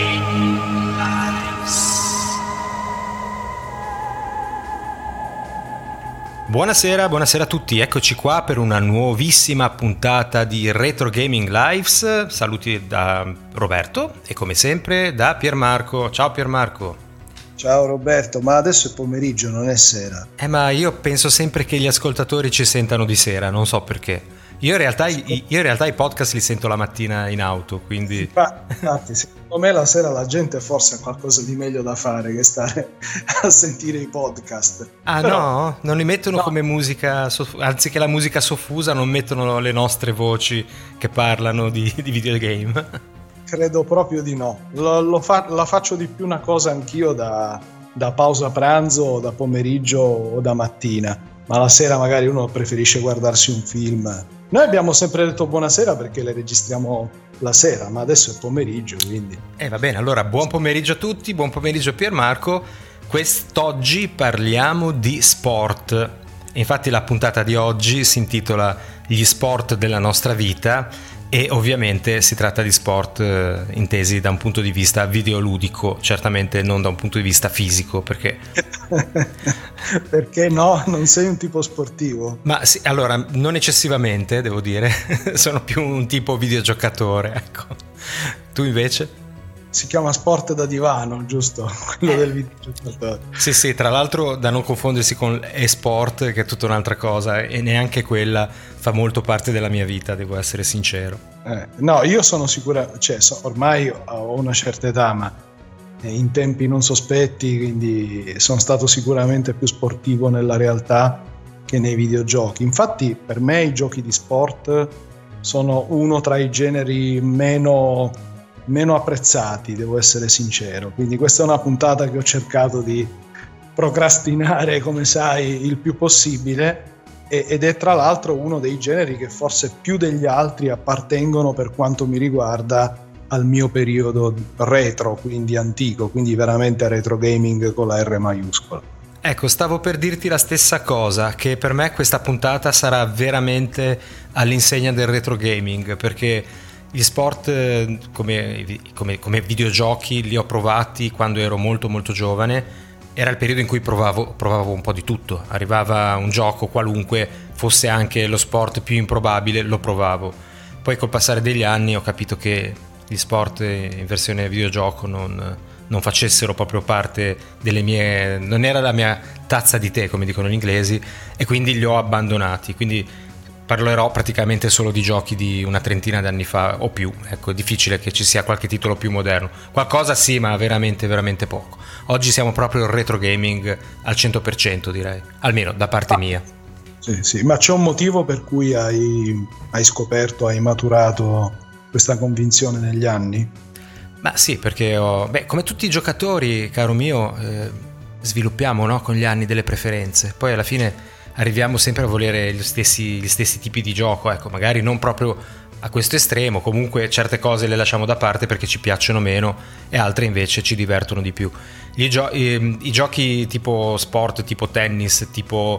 Buonasera, buonasera a tutti, eccoci qua per una nuovissima puntata di Retro Gaming Lives. Saluti da Roberto e come sempre da Piermarco. Ciao Piermarco. Ciao Roberto, ma adesso è pomeriggio, non è sera. Ma io penso sempre che gli ascoltatori ci sentano di sera, non so perché. Io in realtà i podcast li sento la mattina in auto, quindi... Infatti, secondo me la sera la gente forse ha qualcosa di meglio da fare che stare a sentire i podcast. Ah, però, no? Non li mettono come musica, anziché la musica soffusa, non mettono le nostre voci che parlano di videogame? Credo proprio di no. La faccio di più una cosa anch'io da pausa pranzo, da pomeriggio o da mattina, ma la sera magari uno preferisce guardarsi un film. Noi abbiamo sempre detto buonasera perché le registriamo la sera, ma adesso è pomeriggio, quindi... Va bene, allora buon pomeriggio a tutti, buon pomeriggio Piermarco. Quest'oggi parliamo di sport. Infatti la puntata di oggi si intitola Gli sport della nostra vita e ovviamente si tratta di sport intesi da un punto di vista videoludico, certamente non da un punto di vista fisico, perché... Perché no? Non sei un tipo sportivo? Ma sì, allora, non eccessivamente, devo dire, sono più un tipo videogiocatore, ecco. Tu invece? Si chiama sport da divano, giusto? Quello del videogiocatore. Sì, tra l'altro da non confondersi con e-sport, che è tutta un'altra cosa, e neanche quella fa molto parte della mia vita, devo essere sincero. No, io sono sicura, ormai ho una certa età, ma in tempi non sospetti, quindi sono stato sicuramente più sportivo nella realtà che nei videogiochi. Infatti per me i giochi di sport sono uno tra i generi meno apprezzati, devo essere sincero, quindi questa è una puntata che ho cercato di procrastinare, come sai, il più possibile, ed è tra l'altro uno dei generi che forse più degli altri appartengono, per quanto mi riguarda, al mio periodo retro, quindi antico, quindi veramente retro gaming con la R maiuscola. Ecco, stavo per dirti la stessa cosa, che per me questa puntata sarà veramente all'insegna del retro gaming, perché gli sport come videogiochi li ho provati quando ero molto molto giovane. Era il periodo in cui provavo un po' di tutto. Arrivava un gioco qualunque, fosse anche lo sport più improbabile, lo provavo. Poi col passare degli anni ho capito che gli sport in versione videogioco non facessero proprio parte delle mie... non era la mia tazza di tè, come dicono gli inglesi, e quindi li ho abbandonati. Quindi parlerò praticamente solo di giochi di una trentina d'anni fa o più. Ecco, è difficile che ci sia qualche titolo più moderno. Qualcosa sì, ma veramente veramente poco. Oggi siamo proprio il retro gaming al 100%, direi, almeno da parte mia. Sì, ma c'è un motivo per cui hai scoperto, hai maturato questa convinzione negli anni? Ma sì, perché come tutti i giocatori, caro mio, sviluppiamo, no, con gli anni delle preferenze. Poi alla fine arriviamo sempre a volere gli stessi tipi di gioco, ecco, magari non proprio a questo estremo, comunque certe cose le lasciamo da parte perché ci piacciono meno e altre invece ci divertono di più. I giochi tipo sport, tipo tennis, tipo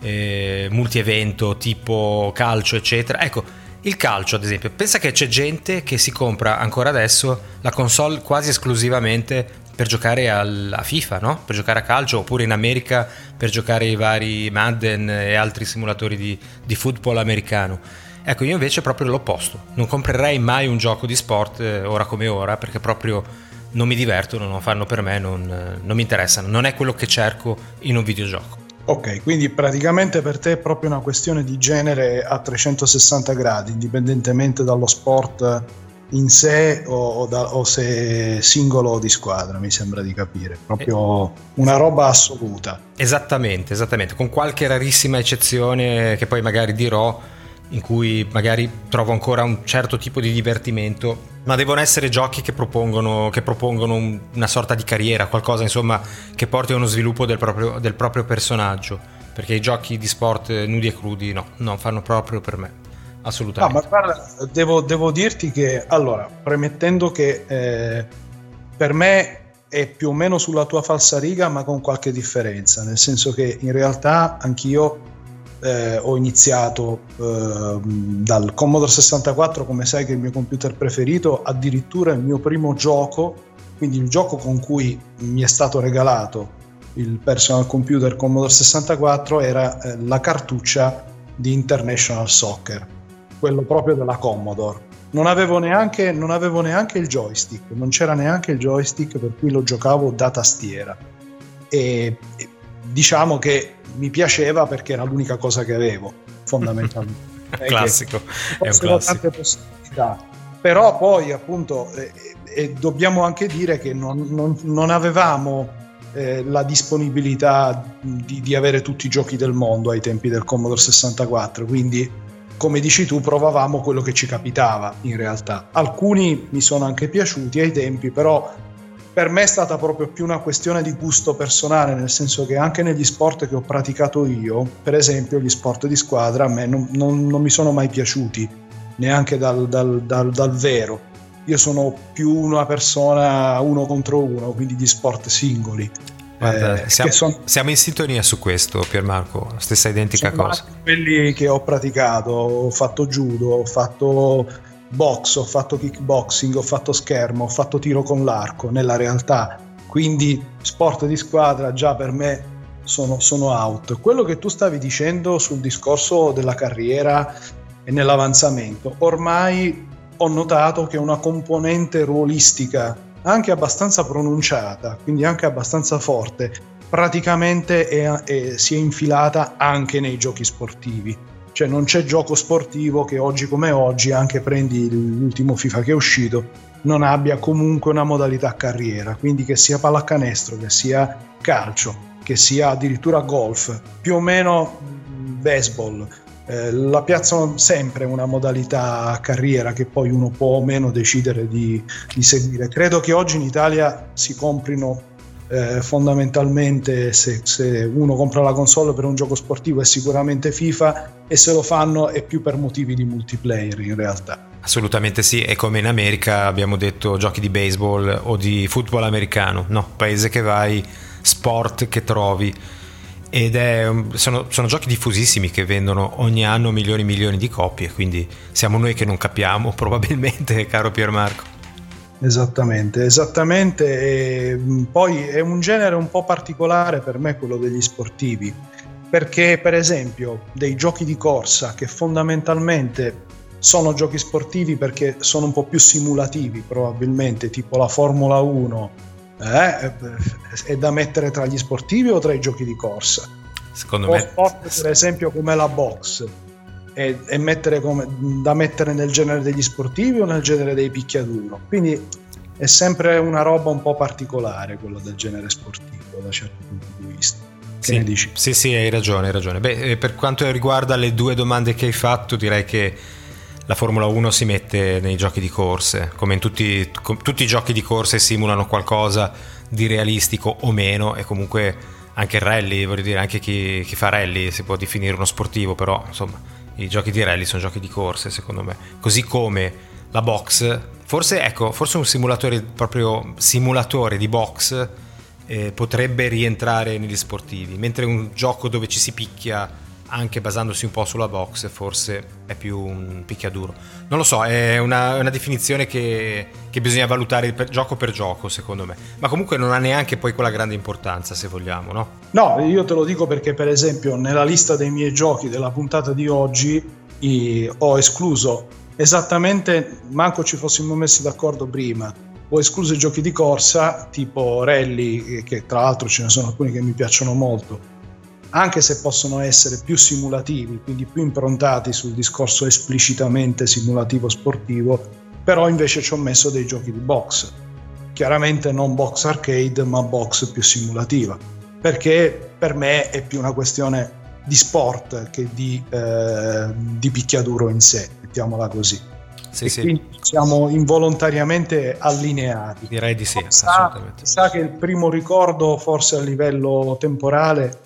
multi-evento, tipo calcio, eccetera, ecco, il calcio ad esempio, pensa che c'è gente che si compra ancora adesso la console quasi esclusivamente per giocare a FIFA, no? Per giocare a calcio, oppure in America per giocare ai vari Madden e altri simulatori di football americano. Ecco, io invece proprio l'opposto, non comprerei mai un gioco di sport ora come ora, perché proprio non mi divertono, non fanno per me, non mi interessano, non è quello che cerco in un videogioco. Ok, quindi praticamente per te è proprio una questione di genere a 360 gradi, indipendentemente dallo sport in sé o se singolo o di squadra, mi sembra di capire, proprio una roba assoluta. Esattamente, con qualche rarissima eccezione che poi magari dirò, in cui magari trovo ancora un certo tipo di divertimento, ma devono essere giochi che propongono una sorta di carriera, qualcosa insomma che porti a uno sviluppo del proprio personaggio, perché i giochi di sport nudi e crudi no, non fanno proprio per me, assolutamente. No, ma guarda, devo dirti che, allora, premettendo che per me è più o meno sulla tua falsariga, ma con qualche differenza, nel senso che in realtà anch'io ho iniziato dal Commodore 64, come sai che è il mio computer preferito. Addirittura il mio primo gioco Quindi il gioco con cui mi è stato regalato il personal computer Commodore 64 era la cartuccia di International Soccer, quello proprio della Commodore. Non avevo neanche il joystick, non c'era neanche il joystick, per cui lo giocavo da tastiera e diciamo che mi piaceva perché era l'unica cosa che avevo, fondamentalmente. Classico, è un classico. Tante possibilità, però poi appunto dobbiamo anche dire che non avevamo la disponibilità di avere tutti i giochi del mondo ai tempi del Commodore 64, quindi come dici tu provavamo quello che ci capitava in realtà. Alcuni mi sono anche piaciuti ai tempi, però per me è stata proprio più una questione di gusto personale, nel senso che anche negli sport che ho praticato io, per esempio gli sport di squadra, a me non mi sono mai piaciuti, neanche dal vero. Io sono più una persona uno contro uno, quindi gli sport singoli. Guarda, siamo in sintonia su questo, Piermarco, stessa identica cosa. Quelli che ho praticato, ho fatto judo, ho fatto box, ho fatto kickboxing, ho fatto schermo, ho fatto tiro con l'arco nella realtà, quindi sport di squadra già per me sono out. Quello che tu stavi dicendo sul discorso della carriera e nell'avanzamento, ormai ho notato che una componente ruolistica anche abbastanza pronunciata, quindi anche abbastanza forte, praticamente si è infilata anche nei giochi sportivi. Cioè non c'è gioco sportivo che oggi come oggi, anche prendi l'ultimo FIFA che è uscito, non abbia comunque una modalità carriera, quindi che sia pallacanestro, che sia calcio, che sia addirittura golf, più o meno baseball, la piazzano sempre una modalità carriera che poi uno può o meno decidere di seguire. Credo che oggi in Italia si comprino fondamentalmente, se uno compra la console per un gioco sportivo, è sicuramente FIFA, e se lo fanno è più per motivi di multiplayer in realtà. Assolutamente sì, e come in America abbiamo detto giochi di baseball o di football americano, no, paese che vai, sport che trovi, ed sono giochi diffusissimi che vendono ogni anno milioni di copie, quindi siamo noi che non capiamo probabilmente, caro Piermarco. Esattamente, e poi è un genere un po' particolare per me quello degli sportivi, perché per esempio dei giochi di corsa che fondamentalmente sono giochi sportivi perché sono un po' più simulativi probabilmente, tipo la Formula 1, è da mettere tra gli sportivi o tra i giochi di corsa? Secondo me sport, per esempio, come la box è da mettere nel genere degli sportivi o nel genere dei picchiaduro? Quindi è sempre una roba un po' particolare quello del genere sportivo da certi punti di vista. Che ne dici? Sì, hai ragione. Beh, per quanto riguarda le due domande che hai fatto, direi che la Formula 1 si mette nei giochi di corse, come in tutti i giochi di corse simulano qualcosa di realistico o meno, e comunque anche il rally, voglio dire, anche chi fa rally si può definire uno sportivo, però insomma i giochi di rally sono giochi di corse secondo me, così come la box, forse un simulatore di box potrebbe rientrare negli sportivi, mentre un gioco dove ci si picchia anche basandosi un po' sulla box forse è più un picchiaduro. Non lo so, è una definizione che bisogna valutare gioco per gioco secondo me, ma comunque non ha neanche poi quella grande importanza, se vogliamo, no? No, io te lo dico perché per esempio nella lista dei miei giochi della puntata di oggi ho escluso esattamente, manco ci fossimo messi d'accordo prima, ho escluso i giochi di corsa tipo rally, che tra l'altro ce ne sono alcuni che mi piacciono molto, anche se possono essere più simulativi, quindi più improntati sul discorso esplicitamente simulativo sportivo, però invece ci ho messo dei giochi di box, chiaramente non box arcade ma box più simulativa, perché per me è più una questione di sport che di picchiaduro in sé, mettiamola così. Sì. Quindi siamo involontariamente allineati. Direi di sì, assolutamente. Sa che il primo ricordo forse a livello temporale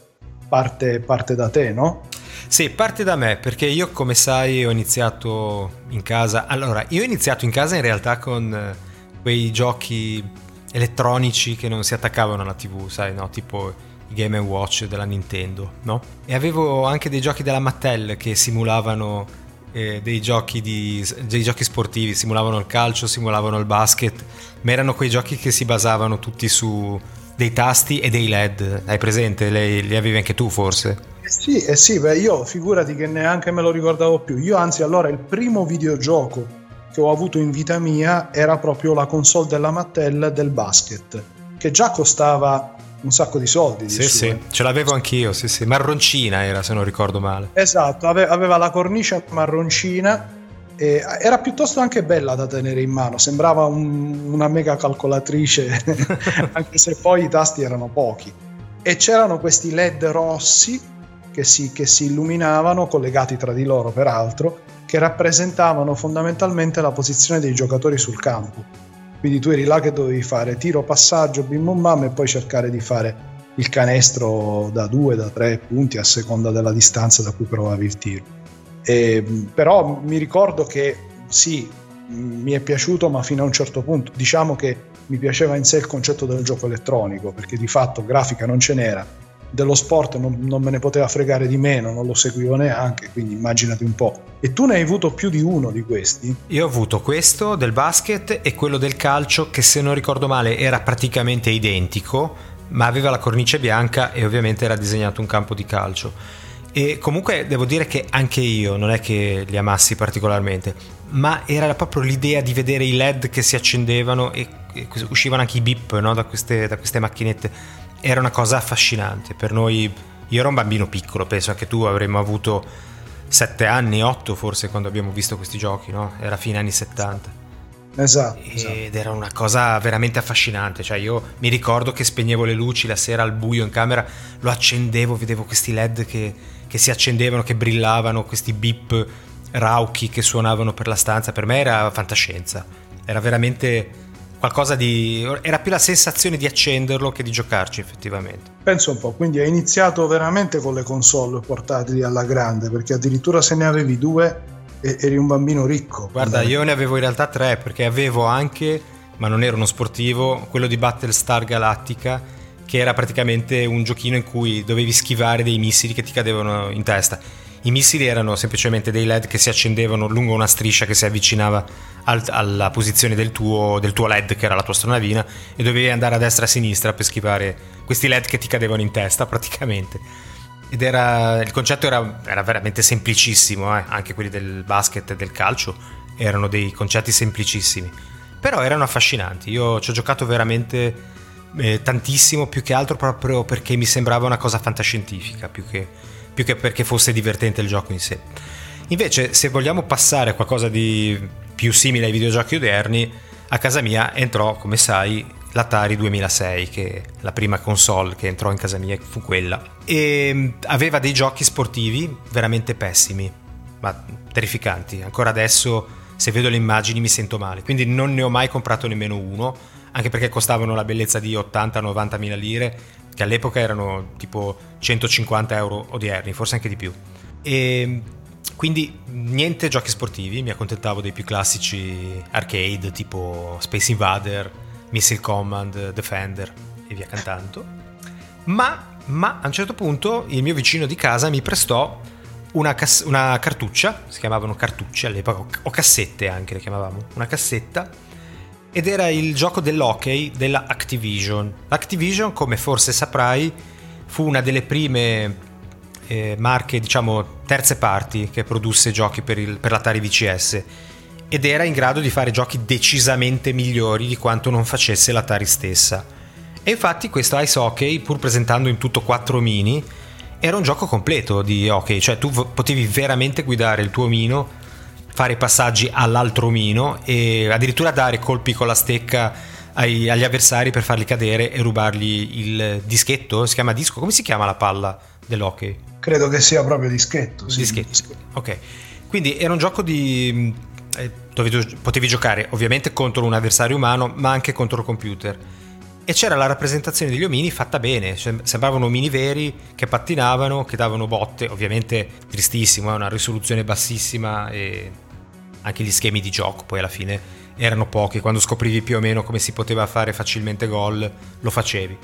parte da te, no? Sì, parte da me, perché io, come sai, ho iniziato in casa. Allora, io ho iniziato in casa in realtà con quei giochi elettronici che non si attaccavano alla TV, sai, no? Tipo i Game & Watch della Nintendo, no? E avevo anche dei giochi della Mattel che simulavano dei giochi sportivi, simulavano il calcio, simulavano il basket, ma erano quei giochi che si basavano tutti su dei tasti e dei LED. Hai presente? Li avevi anche tu forse? Sì, beh, io figurati che neanche me lo ricordavo più. Io anzi, allora, il primo videogioco che ho avuto in vita mia era proprio la console della Mattel del basket, che già costava un sacco di soldi. Sì, ce l'avevo anch'io, sì, marroncina era, se non ricordo male. Esatto, aveva la cornice marroncina e era piuttosto anche bella da tenere in mano, sembrava una mega calcolatrice, anche se poi i tasti erano pochi. E c'erano questi LED rossi che si illuminavano, collegati tra di loro peraltro, che rappresentavano fondamentalmente la posizione dei giocatori sul campo. Quindi tu eri là che dovevi fare tiro, passaggio, bim bum bam, e poi cercare di fare il canestro da 2, da 3 punti a seconda della distanza da cui provavi il tiro. Però mi ricordo che sì, mi è piaciuto, ma fino a un certo punto. Diciamo che mi piaceva in sé il concetto del gioco elettronico, perché di fatto grafica non ce n'era, dello sport non me ne poteva fregare di meno, non lo seguivo neanche, quindi immaginati un po'. E tu ne hai avuto più di uno di questi? Io ho avuto questo del basket e quello del calcio, che se non ricordo male era praticamente identico, ma aveva la cornice bianca e ovviamente era disegnato un campo di calcio. E comunque devo dire che anche io non è che li amassi particolarmente, ma era proprio l'idea di vedere i LED che si accendevano e uscivano anche i beep, no? da queste macchinette. Era una cosa affascinante per noi. Io ero un bambino piccolo, penso anche tu avremmo avuto 7 anni, 8 forse, quando abbiamo visto questi giochi, no? Era fine anni 70. Esatto. Ed era una cosa veramente affascinante. Cioè io mi ricordo che spegnevo le luci la sera al buio in camera, lo accendevo, vedevo questi LED che si accendevano, che brillavano, questi beep rauchi che suonavano per la stanza. Per me era fantascienza, era veramente qualcosa di... era più la sensazione di accenderlo che di giocarci effettivamente. Penso un po', quindi hai iniziato veramente con le console portatili alla grande, perché addirittura se ne avevi 2 eri un bambino ricco. Guarda, io ne avevo in realtà 3, perché avevo anche, ma non ero uno sportivo, quello di Battlestar Galactica, che era praticamente un giochino in cui dovevi schivare dei missili che ti cadevano in testa. I missili erano semplicemente dei LED che si accendevano lungo una striscia che si avvicinava alla posizione del tuo LED, che era la tua astronavina, e dovevi andare a destra e a sinistra per schivare questi LED che ti cadevano in testa praticamente. Ed il concetto era veramente semplicissimo, anche quelli del basket e del calcio erano dei concetti semplicissimi, però erano affascinanti. Io ci ho giocato veramente tantissimo, più che altro proprio perché mi sembrava una cosa fantascientifica, più che perché fosse divertente il gioco in sé. Invece, se vogliamo passare a qualcosa di più simile ai videogiochi odierni, a casa mia entrò, come sai, l'Atari 2006, che la prima console che entrò in casa mia fu quella, e aveva dei giochi sportivi veramente pessimi, ma terrificanti. Ancora adesso, se vedo le immagini, mi sento male, quindi non ne ho mai comprato nemmeno uno, anche perché costavano la bellezza di 80-90 mila lire, che all'epoca erano tipo 150 euro odierni, forse anche di più. E quindi niente giochi sportivi, mi accontentavo dei più classici arcade tipo Space Invader, Missile Command, Defender e via cantando. Ma a un certo punto il mio vicino di casa mi prestò una cartuccia, si chiamavano cartucce all'epoca, o cassette anche le chiamavamo, una cassetta, ed era il gioco dell'hockey della Activision. Activision, come forse saprai, fu una delle prime marche, diciamo, terze parti che produsse giochi per l'Atari VCS, ed era in grado di fare giochi decisamente migliori di quanto non facesse l'Atari stessa. E infatti questo Ice Hockey, pur presentando in tutto 4 mini, era un gioco completo di hockey, cioè tu potevi veramente guidare il tuo mino, fare i passaggi all'altro mino e addirittura dare colpi con la stecca agli avversari per farli cadere e rubargli il dischetto. Si chiama disco? Come si chiama la palla dell'hockey? Credo che sia proprio dischetto. Sì, dischetto. Ok, quindi era un gioco dove potevi giocare ovviamente contro un avversario umano, ma anche contro il computer, e c'era la rappresentazione degli omini fatta bene, cioè, sembravano omini veri che pattinavano, che davano botte, ovviamente tristissimo, una risoluzione bassissima, e anche gli schemi di gioco poi alla fine erano pochi. Quando scoprivi più o meno come si poteva fare facilmente gol, lo facevi.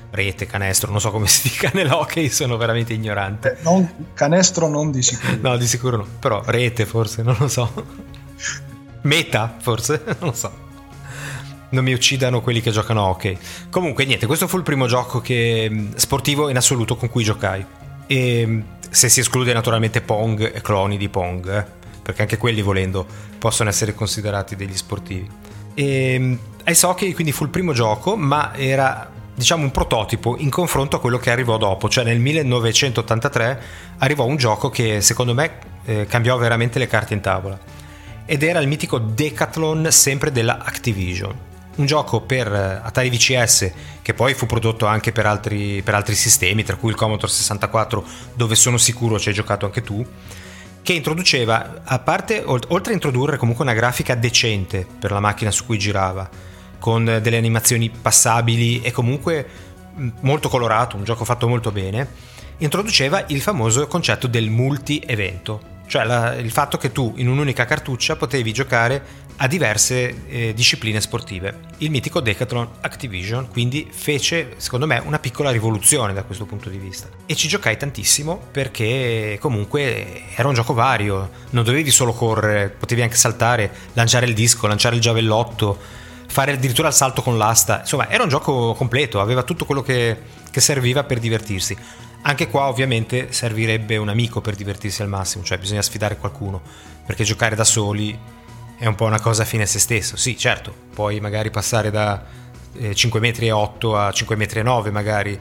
rete, canestro, non so come si dica nell'hockey, sono veramente ignorante. Canestro non di sicuro. No, di sicuro no, però rete forse, non lo so. Meta forse, non lo so. Non mi uccidano quelli che giocano a hockey. Comunque niente, questo fu il primo gioco sportivo in assoluto con cui giocai. E se si esclude naturalmente Pong e cloni di Pong, perché anche quelli volendo possono essere considerati degli sportivi. E Ice Hockey quindi fu il primo gioco, ma era diciamo un prototipo in confronto a quello che arrivò dopo, cioè nel 1983 arrivò un gioco che secondo me cambiò veramente le carte in tavola, ed era il mitico Decathlon, sempre della Activision, un gioco per Atari VCS che poi fu prodotto anche per altri sistemi, tra cui il Commodore 64, dove sono sicuro ci hai giocato anche tu, che introduceva, a parte, oltre a introdurre comunque una grafica decente per la macchina su cui girava, con delle animazioni passabili e comunque molto colorato, un gioco fatto molto bene, introduceva il famoso concetto del multi-evento, cioè il fatto che tu in un'unica cartuccia potevi giocare a diverse discipline sportive. Il mitico Decathlon Activision quindi fece, secondo me, una piccola rivoluzione da questo punto di vista, e ci giocai tantissimo perché comunque era un gioco vario, non dovevi solo correre, potevi anche saltare, lanciare il disco, lanciare il giavellotto, fare addirittura il salto con l'asta, insomma era un gioco completo, aveva tutto quello che serviva per divertirsi. Anche qua ovviamente servirebbe un amico per divertirsi al massimo, cioè bisogna sfidare qualcuno, perché giocare da soli è un po' una cosa fine a se stesso. Sì, certo, puoi magari passare da 5,8 metri a 5,9 metri magari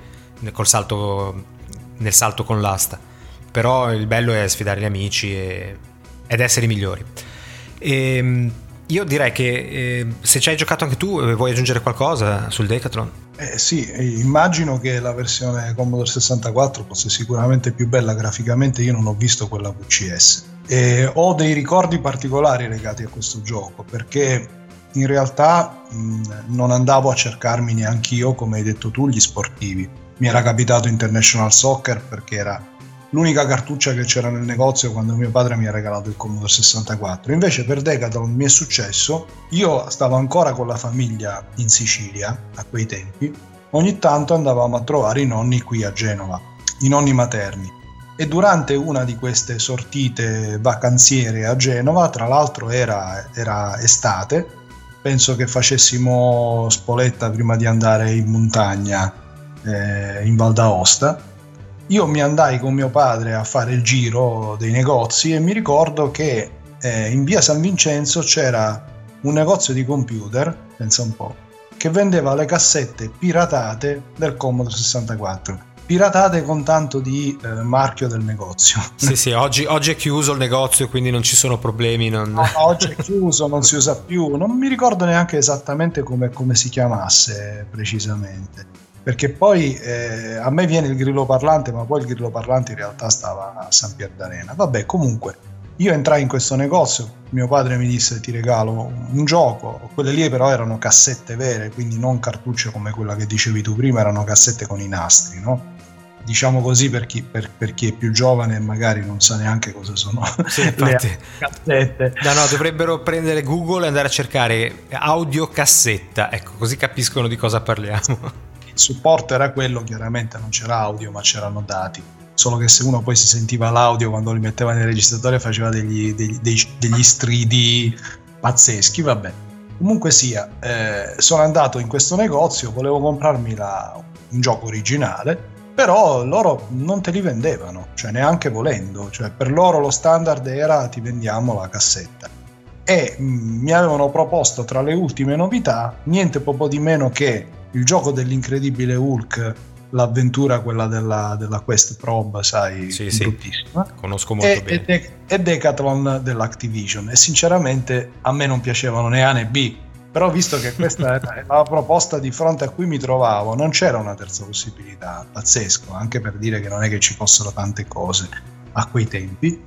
nel salto con l'asta, però il bello è sfidare gli amici ed essere i migliori. Io direi che se ci hai giocato anche tu, vuoi aggiungere qualcosa sul Decathlon? Sì, immagino che la versione Commodore 64 fosse sicuramente più bella graficamente. Io non ho visto quella VCS e ho dei ricordi particolari legati a questo gioco, perché in realtà non andavo a cercarmi neanch'io, come hai detto tu, gli sportivi. Mi era capitato International Soccer perché era l'unica cartuccia che c'era nel negozio quando mio padre mi ha regalato il Commodore 64. Invece per Decathlon mi è successo, io stavo ancora con la famiglia in Sicilia a quei tempi, ogni tanto andavamo a trovare i nonni qui a Genova, i nonni materni, e durante una di queste sortite vacanziere a Genova, tra l'altro era estate, penso che facessimo spoletta prima di andare in montagna in Val d'Aosta, io mi andai con mio padre a fare il giro dei negozi e mi ricordo che in via San Vincenzo c'era un negozio di computer, pensa un po', che vendeva le cassette piratate del Commodore 64, piratate con tanto di marchio del negozio. Sì, oggi è chiuso il negozio, quindi non ci sono problemi. No, oggi è chiuso, non si usa più, non mi ricordo neanche esattamente come si chiamasse precisamente, perché poi a me viene il grillo parlante, ma poi il grillo parlante in realtà stava a San Pier d'Arena. Vabbè, comunque io entrai in questo negozio, mio padre mi disse ti regalo un gioco, quelle lì però erano cassette vere, quindi non cartucce come quella che dicevi tu prima, erano cassette con i nastri, no? Diciamo così per chi è più giovane e magari non sa neanche cosa sono le cassette. No, dovrebbero prendere Google e andare a cercare audiocassetta, ecco, così capiscono di cosa parliamo. Il supporto era quello, chiaramente non c'era audio ma c'erano dati, solo che se uno poi si sentiva l'audio quando li metteva nel registratore faceva degli stridi pazzeschi. Vabbè, comunque sia, sono andato in questo negozio, volevo comprarmi un gioco originale, però loro non te li vendevano, cioè neanche volendo, cioè per loro lo standard era ti vendiamo la cassetta, e mi avevano proposto tra le ultime novità niente poco di meno che il gioco dell'incredibile Hulk, l'avventura quella della Quest Probe, sai, sì, bruttissima. Conosco molto bene. E Decathlon dell'Activision, e sinceramente a me non piacevano né A né B, però visto che questa era la proposta di fronte a cui mi trovavo, non c'era una terza possibilità. Pazzesco, anche per dire che non è che ci fossero tante cose a quei tempi,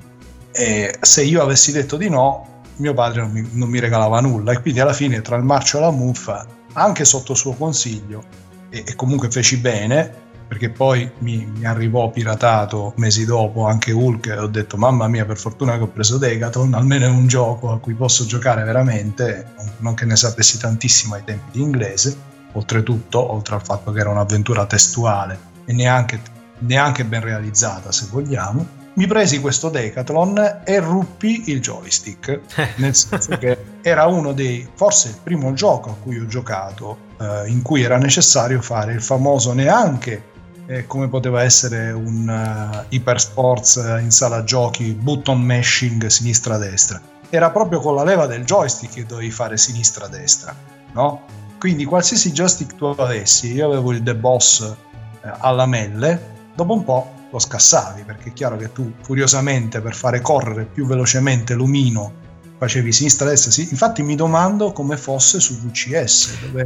e se io avessi detto di no, mio padre non mi regalava nulla, e quindi alla fine, tra il marcio e la muffa, anche sotto suo consiglio, e comunque feci bene, perché poi mi arrivò piratato mesi dopo anche Hulk, e ho detto mamma mia, per fortuna che ho preso Decathlon, almeno è un gioco a cui posso giocare veramente, non che ne sapessi tantissimo ai tempi di inglese. oltretutto, oltre al fatto che era un'avventura testuale e neanche ben realizzata, se vogliamo. Mi presi questo Decathlon e ruppi il joystick, nel senso che era uno dei, forse il primo gioco a cui ho giocato in cui era necessario fare il famoso, neanche come poteva essere un Hyper Sports in sala giochi, button mashing sinistra-destra, era proprio con la leva del joystick che dovevi fare sinistra-destra, no? Quindi qualsiasi joystick tu avessi, io avevo il The Boss a lamelle, dopo un po' lo scassavi, perché è chiaro che tu furiosamente, per fare correre più velocemente l'omino, facevi sinistra-destra. Sì. Infatti mi domando come fosse su VCS, dove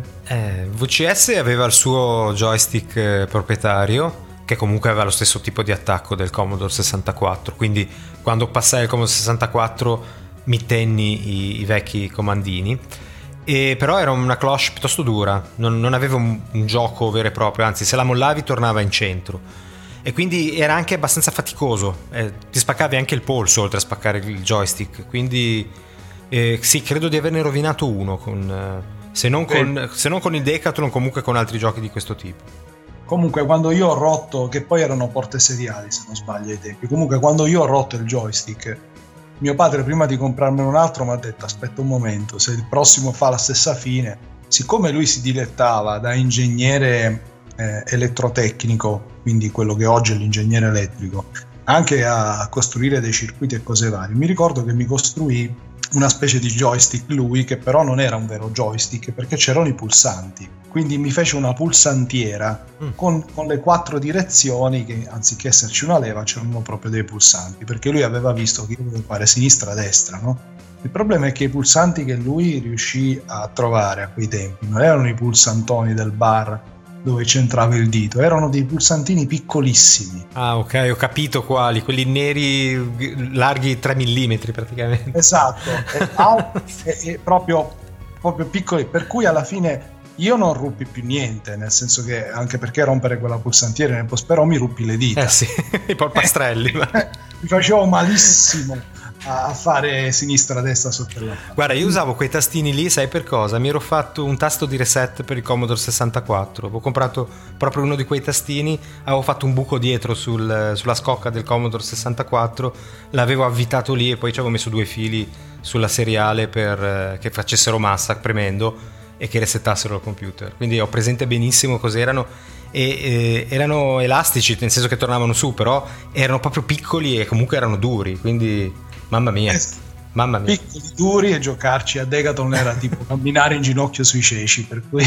VCS aveva il suo joystick proprietario, che comunque aveva lo stesso tipo di attacco del Commodore 64, quindi quando passai al Commodore 64 mi tenni i vecchi comandini. Però era una cloche piuttosto dura, non aveva un gioco vero e proprio, anzi se la mollavi tornava in centro, e quindi era anche abbastanza faticoso, ti spaccavi anche il polso oltre a spaccare il joystick, quindi sì, credo di averne rovinato uno se non con il Decathlon, comunque con altri giochi di questo tipo. Comunque quando io ho rotto, che poi erano porte seriali se non sbaglio ai tempi, comunque quando io ho rotto il joystick, mio padre prima di comprarmene un altro mi ha detto aspetta un momento, se il prossimo fa la stessa fine, siccome lui si dilettava da ingegnere elettrotecnico, quindi quello che oggi è l'ingegnere elettrico, anche a costruire dei circuiti e cose varie. Mi ricordo che mi costruì una specie di joystick lui, che però non era un vero joystick perché c'erano i pulsanti, quindi mi fece una pulsantiera con le 4 direzioni, che anziché esserci una leva c'erano proprio dei pulsanti, perché lui aveva visto che io dovevo fare sinistra-destra, no? Il problema è che i pulsanti che lui riuscì a trovare a quei tempi non erano i pulsantoni del bar dove c'entrava il dito, erano dei pulsantini piccolissimi. Ah, ok, ho capito quali, quelli neri larghi 3 mm praticamente. Esatto, e proprio piccoli, per cui alla fine io non ruppi più niente, nel senso che anche perché rompere quella pulsantiera nel post, però mi ruppi le dita. Sì, i polpastrelli. Mi facevo malissimo a fare sinistra-destra sotto la mano. Guarda, io usavo quei tastini lì, sai per cosa? Mi ero fatto un tasto di reset per il Commodore 64, avevo comprato proprio uno di quei tastini, avevo fatto un buco dietro sulla scocca del Commodore 64, l'avevo avvitato lì e poi ci avevo messo 2 fili sulla seriale per che facessero massa premendo e che resettassero il computer, quindi ho presente benissimo cos'erano. E erano elastici, nel senso che tornavano su, però erano proprio piccoli e comunque erano duri, quindi mamma mia. Piccoli, duri, e giocarci a Decathlon era tipo camminare in ginocchio sui ceci, per cui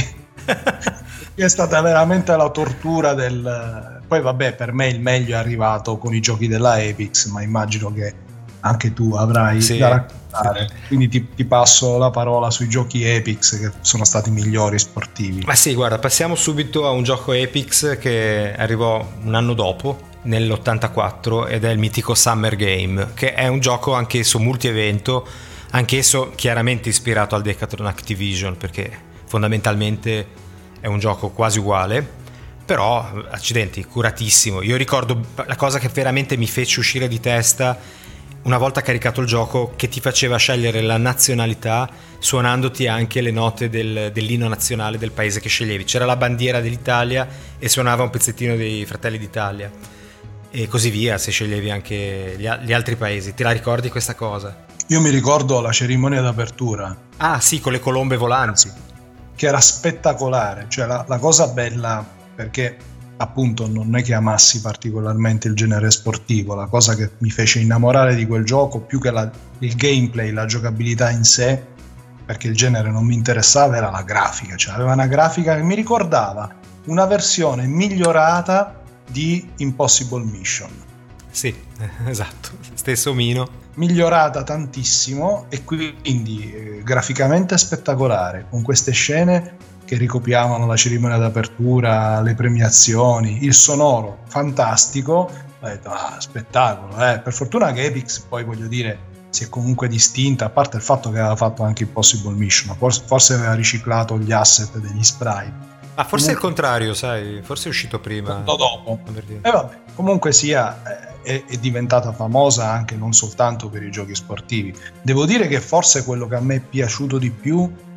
è stata veramente la tortura del... Poi vabbè, per me il meglio è arrivato con i giochi della Epix, ma immagino che anche tu avrai da raccontare, quindi ti passo la parola sui giochi Epix che sono stati migliori sportivi. Ma sì, guarda, passiamo subito a un gioco Epix che arrivò un anno dopo, nell'84, ed è il mitico Summer Game, che è un gioco anch'esso multi-evento, anch'esso chiaramente ispirato al Decathlon Activision, perché fondamentalmente è un gioco quasi uguale, però accidenti, curatissimo. Io ricordo la cosa che veramente mi fece uscire di testa una volta caricato il gioco, che ti faceva scegliere la nazionalità suonandoti anche le note dell'inno nazionale del paese che sceglievi. C'era la bandiera dell'Italia e suonava un pezzettino dei Fratelli d'Italia e così via, se sceglievi anche gli altri paesi. Ti la ricordi questa cosa? Io mi ricordo la cerimonia d'apertura. Ah sì, con le colombe volanti, che era spettacolare, cioè la cosa bella, perché appunto non è che amassi particolarmente il genere sportivo, la cosa che mi fece innamorare di quel gioco più che il gameplay, la giocabilità in sé, perché il genere non mi interessava, era la grafica, cioè aveva una grafica che mi ricordava una versione migliorata di Impossible Mission. Sì, esatto, stesso omino, migliorata tantissimo, e quindi graficamente spettacolare, con queste scene che ricopiavano la cerimonia d'apertura, le premiazioni, il sonoro fantastico. Ho detto spettacolo, per fortuna che Epix, poi voglio dire, si è comunque distinta, a parte il fatto che aveva fatto anche Impossible Mission, forse aveva riciclato gli asset degli sprite. Forse comunque, è il contrario, sai, forse è uscito prima, dopo. Vabbè, comunque sia, è diventata famosa anche non soltanto per i giochi sportivi. Devo dire che forse quello che a me è piaciuto di più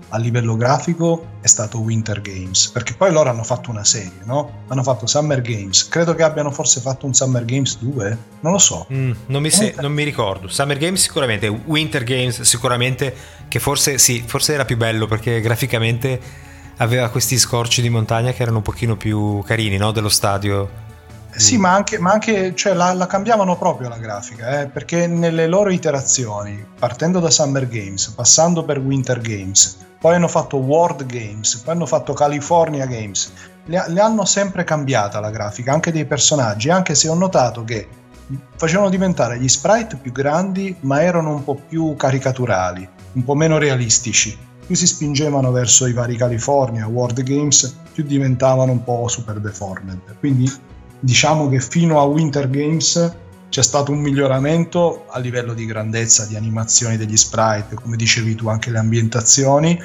a livello grafico è stato Winter Games, perché poi loro hanno fatto una serie, no? Hanno fatto Summer Games, credo che abbiano forse fatto un Summer Games 2, non lo so. Non mi ricordo. Summer Games sicuramente, Winter Games sicuramente, che forse era più bello perché graficamente aveva questi scorci di montagna che erano un pochino più carini, no? Dello stadio. Sì, ma anche cioè, la cambiavano proprio la grafica, perché nelle loro iterazioni, partendo da Summer Games, passando per Winter Games, poi hanno fatto World Games, poi hanno fatto California Games, le hanno sempre cambiata la grafica, anche dei personaggi, anche se ho notato che facevano diventare gli sprite più grandi, ma erano un po' più caricaturali, un po' meno realistici. Più si spingevano verso i vari California, World Games, più diventavano un po' super deformed. Quindi diciamo che fino a Winter Games c'è stato un miglioramento a livello di grandezza, di animazioni degli sprite, come dicevi tu, anche le ambientazioni,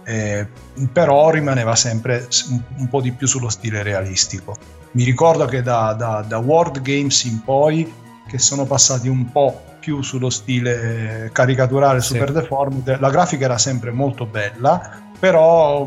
però rimaneva sempre un po' di più sullo stile realistico. Mi ricordo che da World Games in poi, che sono passati un po' più sullo stile caricaturale, super deformed, la grafica era sempre molto bella, però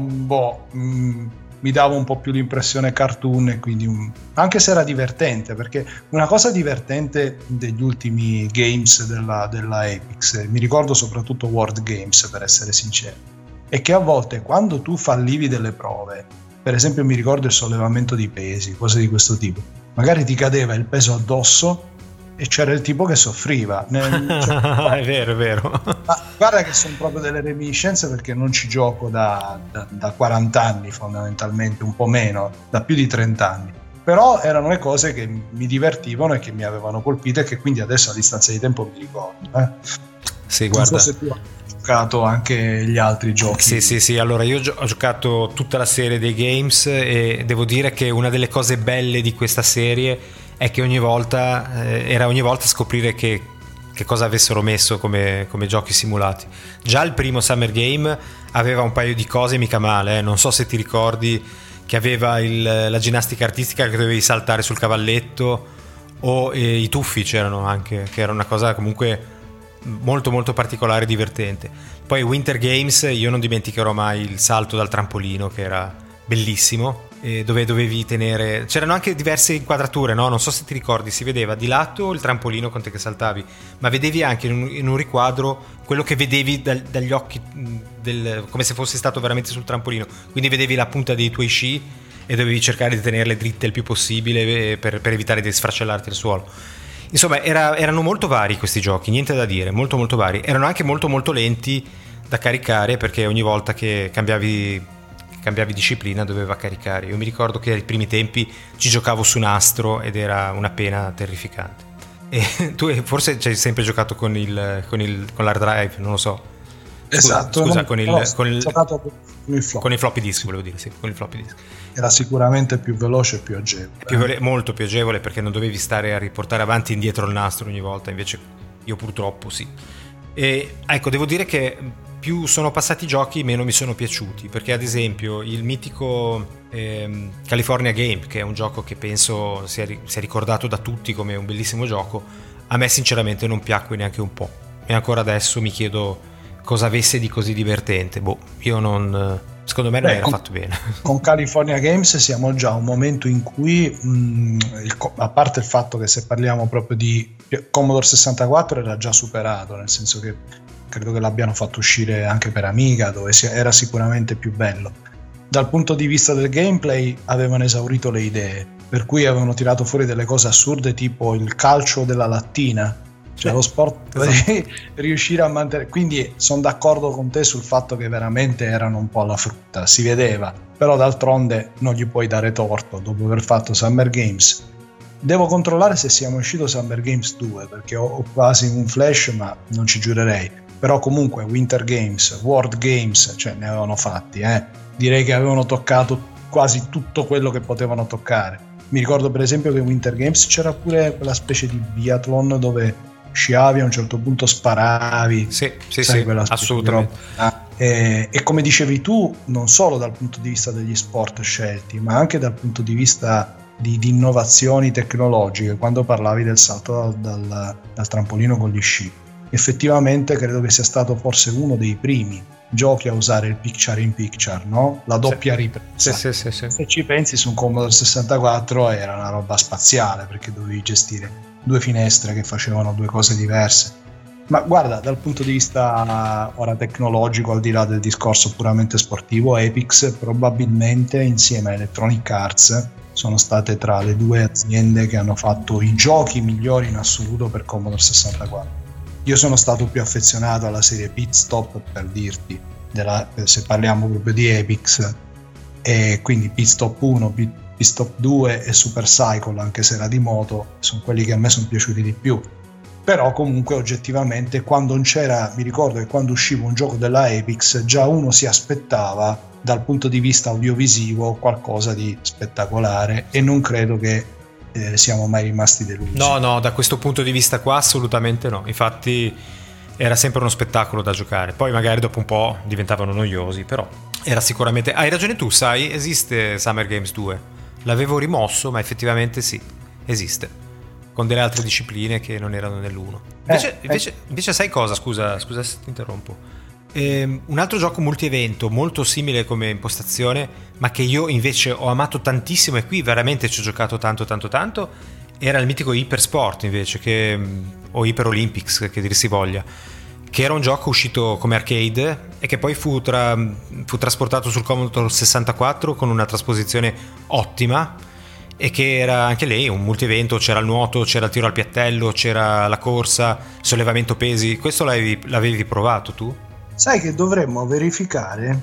mi dava un po' più l'impressione cartoon, e quindi anche se era divertente, perché una cosa divertente degli ultimi games della Epix, mi ricordo soprattutto World Games per essere sincero, è che a volte quando tu fallivi delle prove, per esempio mi ricordo il sollevamento di pesi, cose di questo tipo, magari ti cadeva il peso addosso e c'era il tipo che soffriva. È vero. Ma guarda che sono proprio delle reminiscenze, perché non ci gioco da 40 anni fondamentalmente, un po' meno, da più di 30 anni. Però erano le cose che mi divertivano e che mi avevano colpito, e che quindi adesso a distanza di tempo mi ricordo. Sì, guarda. Non so se tu hai giocato anche gli altri giochi. Sì. Allora io ho giocato tutta la serie dei games, e devo dire che una delle cose belle di questa serie è che ogni volta scoprire che cosa avessero messo come giochi simulati. Già il primo Summer Game aveva un paio di cose mica male, non so se ti ricordi che aveva la ginnastica artistica, che dovevi saltare sul cavalletto, o i tuffi c'erano anche, che era una cosa comunque molto molto particolare e divertente. Poi Winter Games, io non dimenticherò mai il salto dal trampolino, che era bellissimo, dove dovevi tenere, c'erano anche diverse inquadrature, no? Non so se ti ricordi, si vedeva di lato il trampolino con te che saltavi, ma vedevi anche in un riquadro quello che vedevi dagli occhi, come se fossi stato veramente sul trampolino, quindi vedevi la punta dei tuoi sci e dovevi cercare di tenerle dritte il più possibile per evitare di sfracellarti il suolo. Insomma, erano molto vari questi giochi, niente da dire, molto molto vari. Erano anche molto molto lenti da caricare, perché ogni volta che cambiavi disciplina doveva caricare. Io mi ricordo che ai primi tempi ci giocavo su nastro ed era una pena terrificante. E tu forse ci hai sempre giocato con l'hard drive, non lo so. Esatto, con i floppy disk, volevo dire, sì, con il floppy disk. Era sicuramente più veloce e più agevole. Molto più agevole, perché non dovevi stare a riportare avanti e indietro il nastro ogni volta, invece io purtroppo sì. E ecco, devo dire che più sono passati i giochi, meno mi sono piaciuti, perché ad esempio il mitico California Game, che è un gioco che penso sia ricordato da tutti come un bellissimo gioco, a me sinceramente non piacque neanche un po', e ancora adesso mi chiedo cosa avesse di così divertente. Secondo me non era fatto bene. Con California Games siamo già a un momento in cui a parte il fatto che, se parliamo proprio di Commodore 64, era già superato, nel senso che credo che l'abbiano fatto uscire anche per Amiga, dove era sicuramente più bello. Dal punto di vista del gameplay avevano esaurito le idee, per cui avevano tirato fuori delle cose assurde, tipo il calcio della lattina, cioè lo sport, esatto. Riuscire a mantenere, quindi sono d'accordo con te sul fatto che veramente erano un po' alla frutta, si vedeva, però d'altronde non gli puoi dare torto dopo aver fatto Summer Games. Devo controllare se siamo uscito Summer Games 2, perché ho quasi un flash, ma non ci giurerei. Però comunque Winter Games, World Games, cioè ne avevano fatti, direi che avevano toccato quasi tutto quello che potevano toccare. Mi ricordo per esempio che in Winter Games c'era pure quella specie di biathlon dove sciavi, a un certo punto sparavi. Sì, assolutamente. E come dicevi tu, non solo dal punto di vista degli sport scelti, ma anche dal punto di vista di innovazioni tecnologiche, quando parlavi del salto dal trampolino con gli sci. Effettivamente credo che sia stato forse uno dei primi giochi a usare il picture in picture, no? La doppia ripresa. Sì. Se ci pensi, su un Commodore 64 era una roba spaziale, perché dovevi gestire due finestre che facevano due cose diverse. Ma guarda, dal punto di vista ora tecnologico, al di là del discorso puramente sportivo, Epyx probabilmente insieme a Electronic Arts sono state tra le due aziende che hanno fatto i giochi migliori in assoluto per Commodore 64. Io sono stato più affezionato alla serie Pit Stop, per dirti, se parliamo proprio di Epyx, e quindi Pit Stop 1, Pit Stop 2 e Super Cycle, anche se era di moto, sono quelli che a me sono piaciuti di più. Però comunque oggettivamente, quando non c'era, mi ricordo che quando usciva un gioco della Epyx, già uno si aspettava dal punto di vista audiovisivo qualcosa di spettacolare, e non credo che siamo mai rimasti delusi. No, da questo punto di vista qua assolutamente no. Infatti era sempre uno spettacolo da giocare. Poi magari dopo un po' diventavano noiosi, però era sicuramente... Hai ragione tu, sai, esiste Summer Games 2. L'avevo rimosso, ma effettivamente sì, esiste, con delle altre discipline che non erano nell'1. Invece sai cosa? Scusa se ti interrompo. Un altro gioco multi-evento molto simile come impostazione, ma che io invece ho amato tantissimo, e qui veramente ci ho giocato tanto, era il mitico Hyper Sport, invece, o Hyper Olympics, che dir si voglia, che era un gioco uscito come arcade e che poi fu trasportato sul Commodore 64 con una trasposizione ottima, e che era anche lei un multi-evento. C'era il nuoto, c'era il tiro al piattello, c'era la corsa, sollevamento pesi. Questo l'avevi provato tu? Sai che dovremmo verificare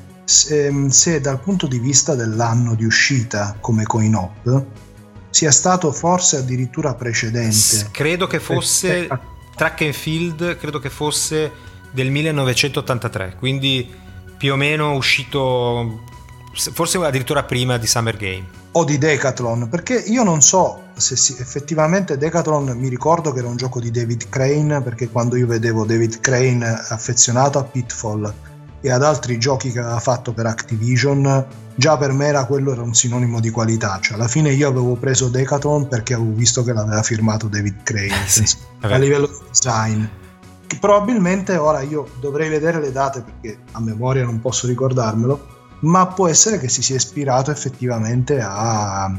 se dal punto di vista dell'anno di uscita come coin-op sia stato forse addirittura precedente. Credo che fosse Track and Field, credo che fosse del 1983, quindi più o meno uscito forse addirittura prima di Summer Game. O di Decathlon, perché io non so se effettivamente Decathlon, mi ricordo che era un gioco di David Crane, perché quando io vedevo David Crane affezionato a Pitfall e ad altri giochi che aveva fatto per Activision, già per me era un sinonimo di qualità. Cioè alla fine io avevo preso Decathlon perché avevo visto che l'aveva firmato David Crane, a livello di design. Che probabilmente ora io dovrei vedere le date perché a memoria non posso ricordarmelo, ma può essere che si sia ispirato effettivamente a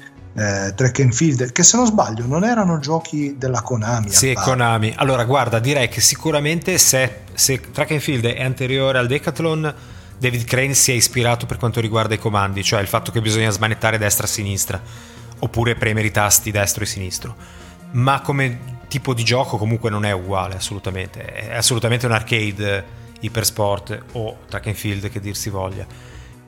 Track and Field, che se non sbaglio non erano giochi della Konami. Sì, Konami. Allora guarda, direi che sicuramente se Track and Field è anteriore al Decathlon, David Crane si è ispirato per quanto riguarda i comandi, cioè il fatto che bisogna smanettare destra-sinistra oppure premere i tasti destro e sinistro, ma come tipo di gioco comunque non è uguale, assolutamente. È assolutamente un arcade Hypersport o Track and Field, che dir si voglia.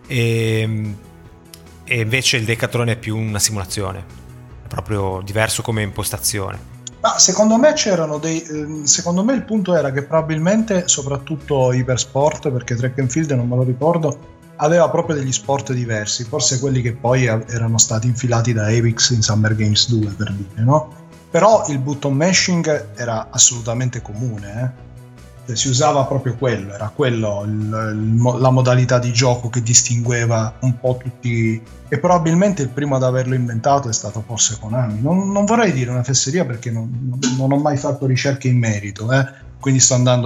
E invece il Decathlon è più una simulazione, è proprio diverso come impostazione. Ma secondo me c'erano secondo me il punto era che probabilmente soprattutto Hypersport, perché Track and Field non me lo ricordo, aveva proprio degli sport diversi, forse quelli che poi erano stati infilati da Epyx in Summer Games 2, per dire, no? Però il button mashing era assolutamente comune, si usava proprio quello, era quello la modalità di gioco che distingueva un po' tutti, e probabilmente il primo ad averlo inventato è stato forse Konami. Non vorrei dire una fesseria perché non ho mai fatto ricerche in merito, quindi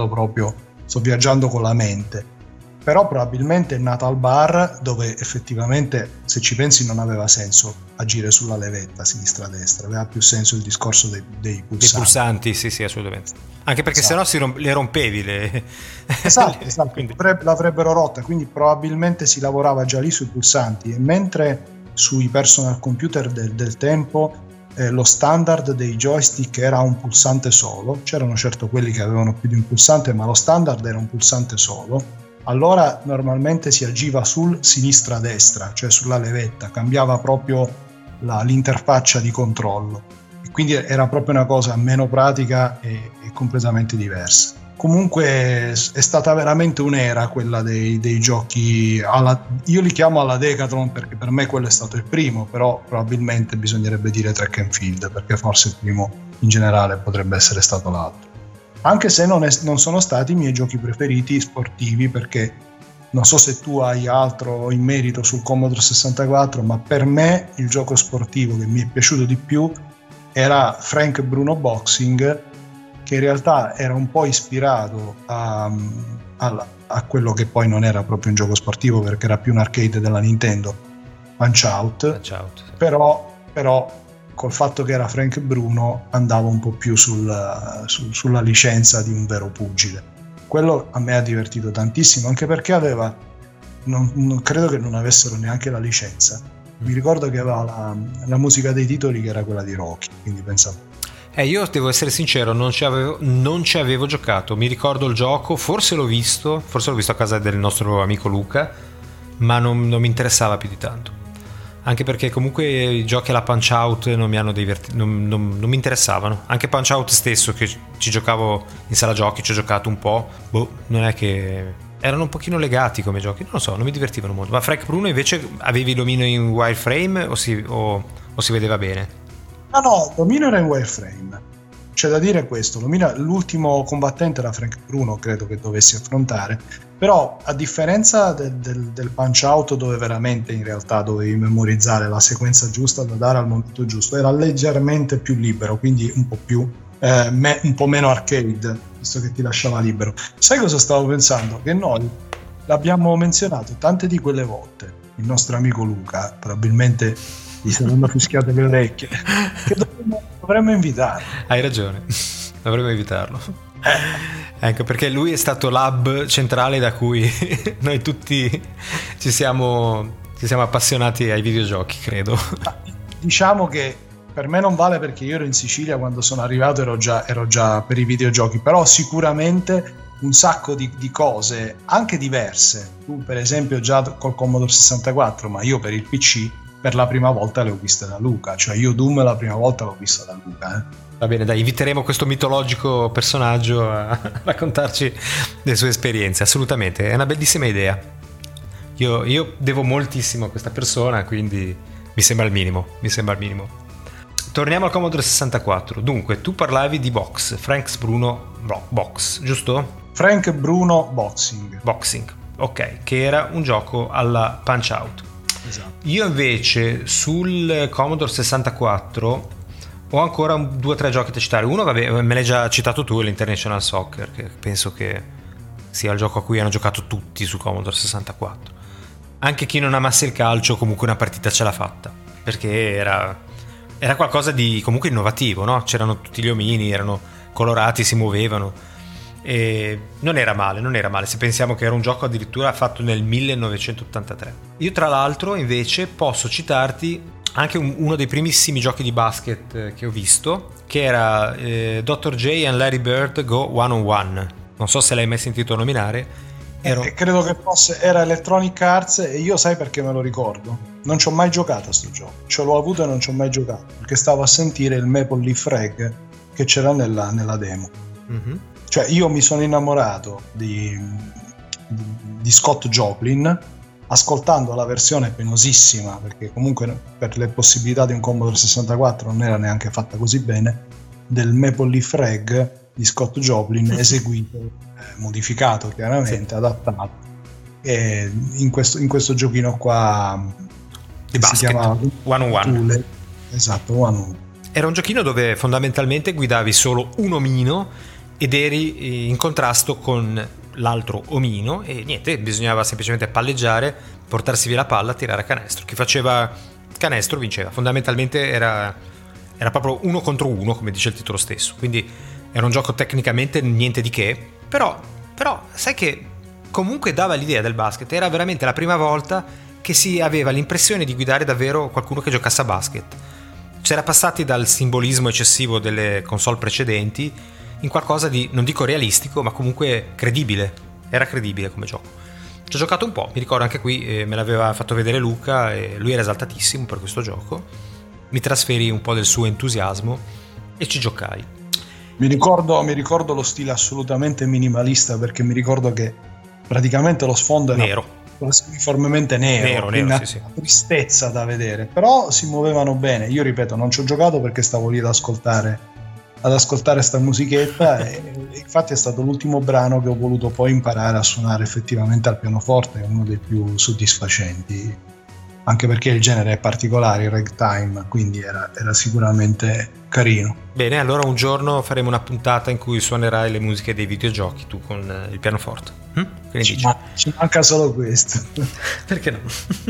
sto viaggiando con la mente, però probabilmente è nata al bar, dove effettivamente, se ci pensi, non aveva senso agire sulla levetta sinistra-destra, aveva più senso il discorso dei pulsanti. Dei pulsanti, sì, assolutamente. Anche perché sennò le rompevi le... Esatto. Quindi l'avrebbero rotta, quindi probabilmente si lavorava già lì sui pulsanti, e mentre sui personal computer del tempo lo standard dei joystick era un pulsante solo, c'erano certo quelli che avevano più di un pulsante, ma lo standard era un pulsante solo. Allora normalmente si agiva sul sinistra-destra, cioè sulla levetta, cambiava proprio l'interfaccia di controllo, e quindi era proprio una cosa meno pratica e completamente diversa. Comunque è stata veramente un'era quella dei giochi io li chiamo alla Decathlon perché per me quello è stato il primo, però probabilmente bisognerebbe dire Track and Field, perché forse il primo in generale potrebbe essere stato l'altro, anche se non sono stati i miei giochi preferiti sportivi, perché non so se tu hai altro in merito sul Commodore 64, ma per me il gioco sportivo che mi è piaciuto di più era Frank Bruno Boxing, che in realtà era un po' ispirato a a quello che poi non era proprio un gioco sportivo perché era più un arcade della Nintendo, Punch-Out, sì. Però col fatto che era Frank Bruno andava un po' più sulla licenza di un vero pugile. Quello a me ha divertito tantissimo, anche perché aveva, non credo che non avessero neanche la licenza. Mi ricordo che aveva la musica dei titoli che era quella di Rocky, quindi pensavo. Io devo essere sincero, non ci avevo giocato. Mi ricordo il gioco, forse l'ho visto a casa del nostro amico Luca, ma non mi interessava più di tanto. Anche perché comunque i giochi alla Punch-Out non mi hanno non mi interessavano. Anche Punch-Out stesso, che ci giocavo in sala giochi, ci ho giocato un po', non è che erano un pochino legati come giochi, non lo so, non mi divertivano molto. Ma Frank Bruno invece avevi l'omino in wireframe o si vedeva bene? No, l'omino era in wireframe. C'è da dire questo, l'ultimo combattente era Frank Bruno, credo che dovessi affrontare, però a differenza del Punch-Out, dove veramente in realtà dovevi memorizzare la sequenza giusta da dare al momento giusto, era leggermente più libero, quindi un po' più un po' meno arcade, visto che ti lasciava libero. Sai cosa stavo pensando? Che noi l'abbiamo menzionato tante di quelle volte, il nostro amico Luca probabilmente gli saranno fischiate le orecchie, che dovremmo invitarlo. Hai ragione, dovremmo invitarlo. Anche perché lui è stato l'hub centrale da cui noi tutti ci siamo appassionati ai videogiochi, credo. Diciamo che per me non vale, perché io ero in Sicilia quando sono arrivato, ero già per i videogiochi, però sicuramente un sacco di cose anche diverse. Tu per esempio già col Commodore 64, ma io per il PC per la prima volta le ho viste da Luca, cioè io Doom la prima volta l'ho vista da Luca. Va bene, dai, inviteremo questo mitologico personaggio a raccontarci le sue esperienze. Assolutamente, è una bellissima idea. Io devo moltissimo a questa persona, quindi mi sembra il minimo. Torniamo al Commodore 64. Dunque, tu parlavi di Box, Frank Bruno Box, giusto? Frank Bruno Boxing, ok, che era un gioco alla Punch-Out. Esatto. Io invece sul Commodore 64 ho ancora 2 o 3 giochi da citare. Uno, vabbè, me l'hai già citato tu, l'International Soccer, che penso che sia il gioco a cui hanno giocato tutti su Commodore 64. Anche chi non amasse il calcio comunque una partita ce l'ha fatta, perché era qualcosa di comunque innovativo, no? C'erano tutti gli omini, erano colorati, si muovevano, e non era male se pensiamo che era un gioco addirittura fatto nel 1983. Io tra l'altro invece posso citarti anche uno dei primissimi giochi di basket che ho visto, che era Dr. J and Larry Bird Go One on One. Non so se l'hai mai sentito nominare. Credo che era Electronic Arts, e io sai perché me lo ricordo? Non ci ho mai giocato a sto gioco, ce l'ho avuto e non ci ho mai giocato, perché stavo a sentire il Maple Leaf Rag che c'era nella demo. Mm-hmm. Cioè io mi sono innamorato di Scott Joplin ascoltando la versione penosissima, perché comunque per le possibilità di un Commodore 64 non era neanche fatta così bene, del Maple Leaf Rag di Scott Joplin eseguito, modificato chiaramente, sì, adattato, e in questo giochino qua di basket, si chiamava One on One. Esatto, One on One. Era un giochino dove fondamentalmente guidavi solo un omino ed eri in contrasto con l'altro omino, e niente, bisognava semplicemente palleggiare, portarsi via la palla, tirare a canestro. Chi faceva canestro vinceva. Fondamentalmente era proprio 1 contro 1, come dice il titolo stesso, quindi era un gioco tecnicamente niente di che, però sai che comunque dava l'idea del basket. Era veramente la prima volta che si aveva l'impressione di guidare davvero qualcuno che giocasse a basket. C'era passati dal simbolismo eccessivo delle console precedenti in qualcosa di, non dico realistico, ma comunque credibile. Era credibile come gioco. Ci ho giocato un po', mi ricordo anche qui, me l'aveva fatto vedere Luca e lui era esaltatissimo per questo gioco. Mi trasferì un po' del suo entusiasmo e ci giocai. Mi ricordo lo stile assolutamente minimalista, perché mi ricordo che praticamente lo sfondo era nero, quasi uniformemente nero, una sì. Tristezza da vedere, però si muovevano bene. Io ripeto, non ci ho giocato perché stavo lì ad ascoltare sta musichetta e infatti è stato l'ultimo brano che ho voluto poi imparare a suonare effettivamente al pianoforte, è uno dei più soddisfacenti anche perché il genere è particolare, il ragtime, quindi era sicuramente carino. Bene, allora un giorno faremo una puntata in cui suonerai le musiche dei videogiochi tu con il pianoforte. Ci manca solo questo. Perché no?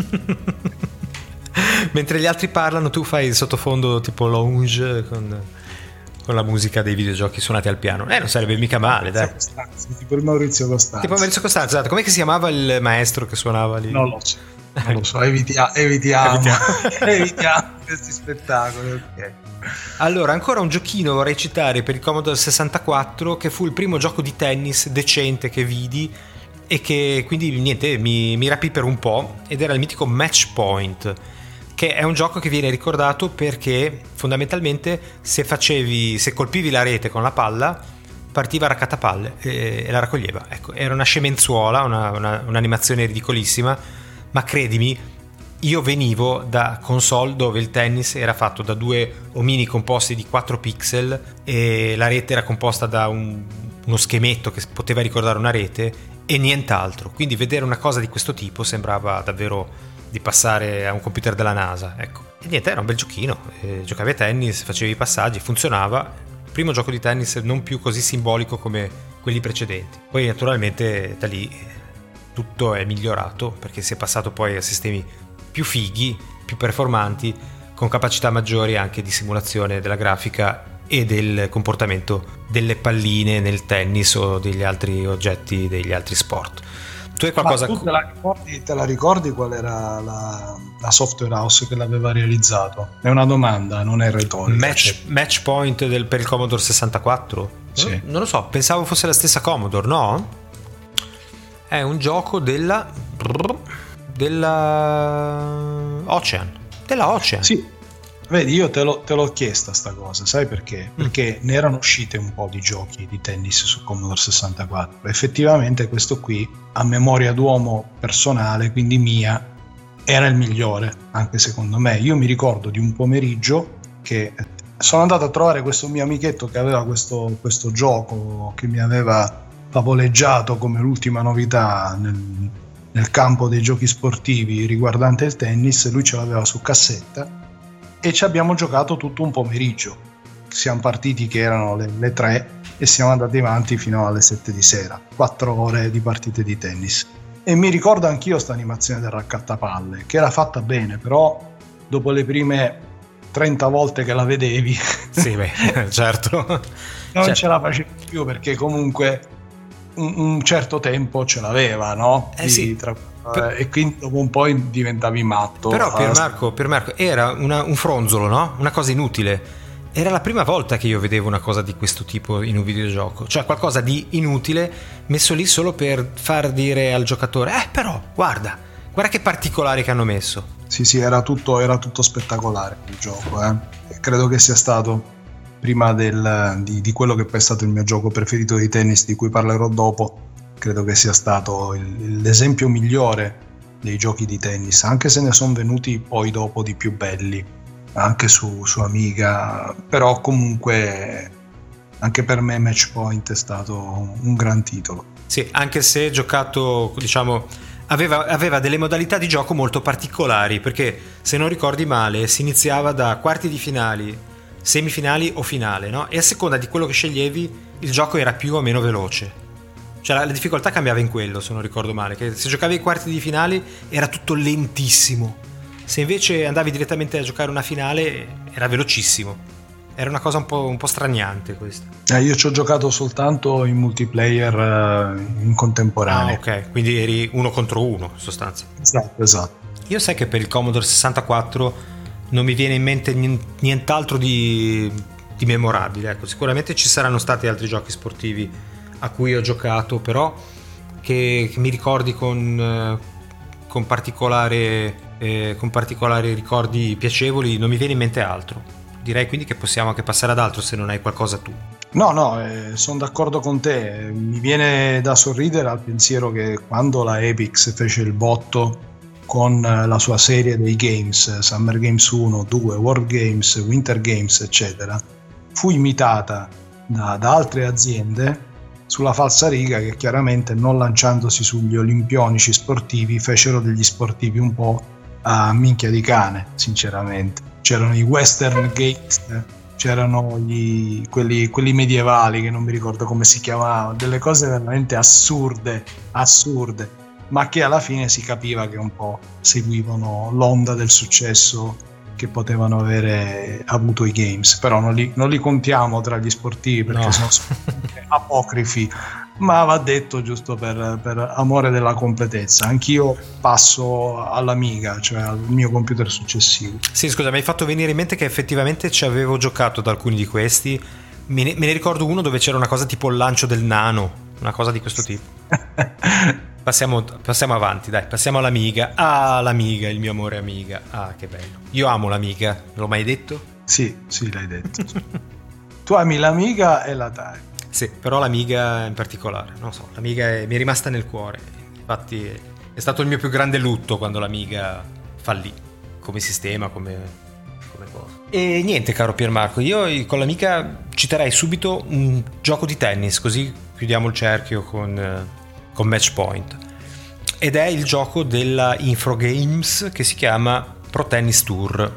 Mentre gli altri parlano tu fai il sottofondo tipo lounge con la musica dei videogiochi suonati al piano. Non sarebbe mica male, dai. Tipo il Maurizio Costanzo. Tipo Maurizio Costanzo, esatto. Com'è che si chiamava il maestro che suonava lì? Non lo so, evitiamo questi spettacoli. Okay. Allora, ancora un giochino vorrei citare per il Commodore 64 che fu il primo gioco di tennis decente che vidi e che quindi niente mi rapì per un po', ed era il mitico Match Point, che è un gioco che viene ricordato perché fondamentalmente se colpivi la rete con la palla partiva a raccattapalle e la raccoglieva. Ecco, era una scemenzuola, un'animazione ridicolissima, ma credimi, io venivo da console dove il tennis era fatto da due omini composti di 4 pixel e la rete era composta da uno schemetto che poteva ricordare una rete e nient'altro, quindi vedere una cosa di questo tipo sembrava davvero di passare a un computer della NASA, ecco. E niente, era un bel giochino, giocavi a tennis, facevi i passaggi, funzionava. Primo gioco di tennis non più così simbolico come quelli precedenti. Poi naturalmente da lì tutto è migliorato perché si è passato poi a sistemi più fighi, più performanti, con capacità maggiori anche di simulazione della grafica e del comportamento delle palline nel tennis o degli altri oggetti degli altri sport. Tu hai qualcosa? Ma tu te la ricordi qual era la software house che l'aveva realizzato? È una domanda, non è retorica. Match Point per il Commodore 64? Sì. Non lo so, pensavo fosse la stessa Commodore, no? È un gioco della Ocean. Della Ocean. Sì. Vedi, io te l'ho chiesta sta cosa, sai perché? Perché ne erano uscite un po' di giochi di tennis su Commodore 64. Effettivamente questo qui, a memoria d'uomo personale, quindi mia, era il migliore, anche secondo me. Io mi ricordo di un pomeriggio che sono andato a trovare questo mio amichetto che aveva questo gioco che mi aveva favoleggiato come l'ultima novità nel campo dei giochi sportivi riguardante il tennis. Lui ce l'aveva su cassetta e ci abbiamo giocato tutto un pomeriggio. Siamo partiti che erano le 3 e siamo andati avanti fino alle 7 di sera, 4 ore di partite di tennis. E mi ricordo anch'io sta animazione del raccattapalle, che era fatta bene, però dopo le prime 30 volte che la vedevi sì, beh, certo, non ce la facevi più, perché comunque un certo tempo ce l'aveva, no? Sì. E quindi dopo un po' diventavi matto. Però Piermarco era un fronzolo, no? Una cosa inutile. Era la prima volta che io vedevo una cosa di questo tipo in un videogioco, cioè qualcosa di inutile messo lì solo per far dire al giocatore però guarda che particolari che hanno messo. Sì, era tutto spettacolare il gioco, E credo che sia stato prima di quello che poi è stato il mio gioco preferito di tennis, di cui parlerò dopo. Credo che sia stato l'esempio migliore dei giochi di tennis, anche se ne sono venuti poi dopo di più belli, anche su Amiga, però comunque anche per me Match Point è stato un gran titolo. Sì, anche se giocato, diciamo, aveva delle modalità di gioco molto particolari, perché se non ricordi male si iniziava da quarti di finali, semifinali o finale, no? E a seconda di quello che sceglievi il gioco era più o meno veloce. Cioè la difficoltà cambiava in quello, se non ricordo male, che se giocavi ai quarti di finale era tutto lentissimo, se invece andavi direttamente a giocare una finale era velocissimo. Era una cosa un po' straniante questa. Io ci ho giocato soltanto in multiplayer in contemporanea. Ok, quindi eri 1 contro 1 in sostanza. Esatto. Io sai che per il Commodore 64 non mi viene in mente nient'altro di memorabile, ecco. Sicuramente ci saranno stati altri giochi sportivi a cui ho giocato, però che mi ricordi con particolari ricordi piacevoli, non mi viene in mente altro. Direi quindi che possiamo anche passare ad altro, se non hai qualcosa tu. No, sono d'accordo con te. Mi viene da sorridere al pensiero che quando la Epix fece il botto con la sua serie dei games, Summer Games 1, 2, World Games, Winter Games, eccetera, fu imitata da altre aziende sulla falsariga, che chiaramente, non lanciandosi sugli olimpionici sportivi, fecero degli sportivi un po' a minchia di cane, sinceramente. C'erano i western games, c'erano quelli medievali che non mi ricordo come si chiamavano, delle cose veramente assurde, ma che alla fine si capiva che un po' seguivano l'onda del successo che potevano avere avuto i games, però non li contiamo tra gli sportivi perché sono apocrifi, ma va detto giusto per amore della completezza. Anch'io passo all'Amiga, cioè al mio computer successivo. Sì, scusa, mi hai fatto venire in mente che effettivamente ci avevo giocato ad alcuni di questi. Me ne ricordo uno dove c'era una cosa tipo il lancio del nano, una cosa di questo tipo. Passiamo avanti, dai, passiamo all'Amiga. Ah, l'Amiga, il mio amore Amiga. Ah, che bello. Io amo l'Amiga, l'ho mai detto? Sì, l'hai detto. Tu ami l'Amiga e l'Atari. Sì, però l'Amiga in particolare, non so, l'Amiga mi è rimasta nel cuore. Infatti è stato il mio più grande lutto quando l'Amiga fallì, come sistema, come cosa. E niente, caro Piermarco, io con l'Amiga citerei subito un gioco di tennis, così chiudiamo il cerchio con Match Point, ed è il gioco della Infogames che si chiama Pro Tennis Tour,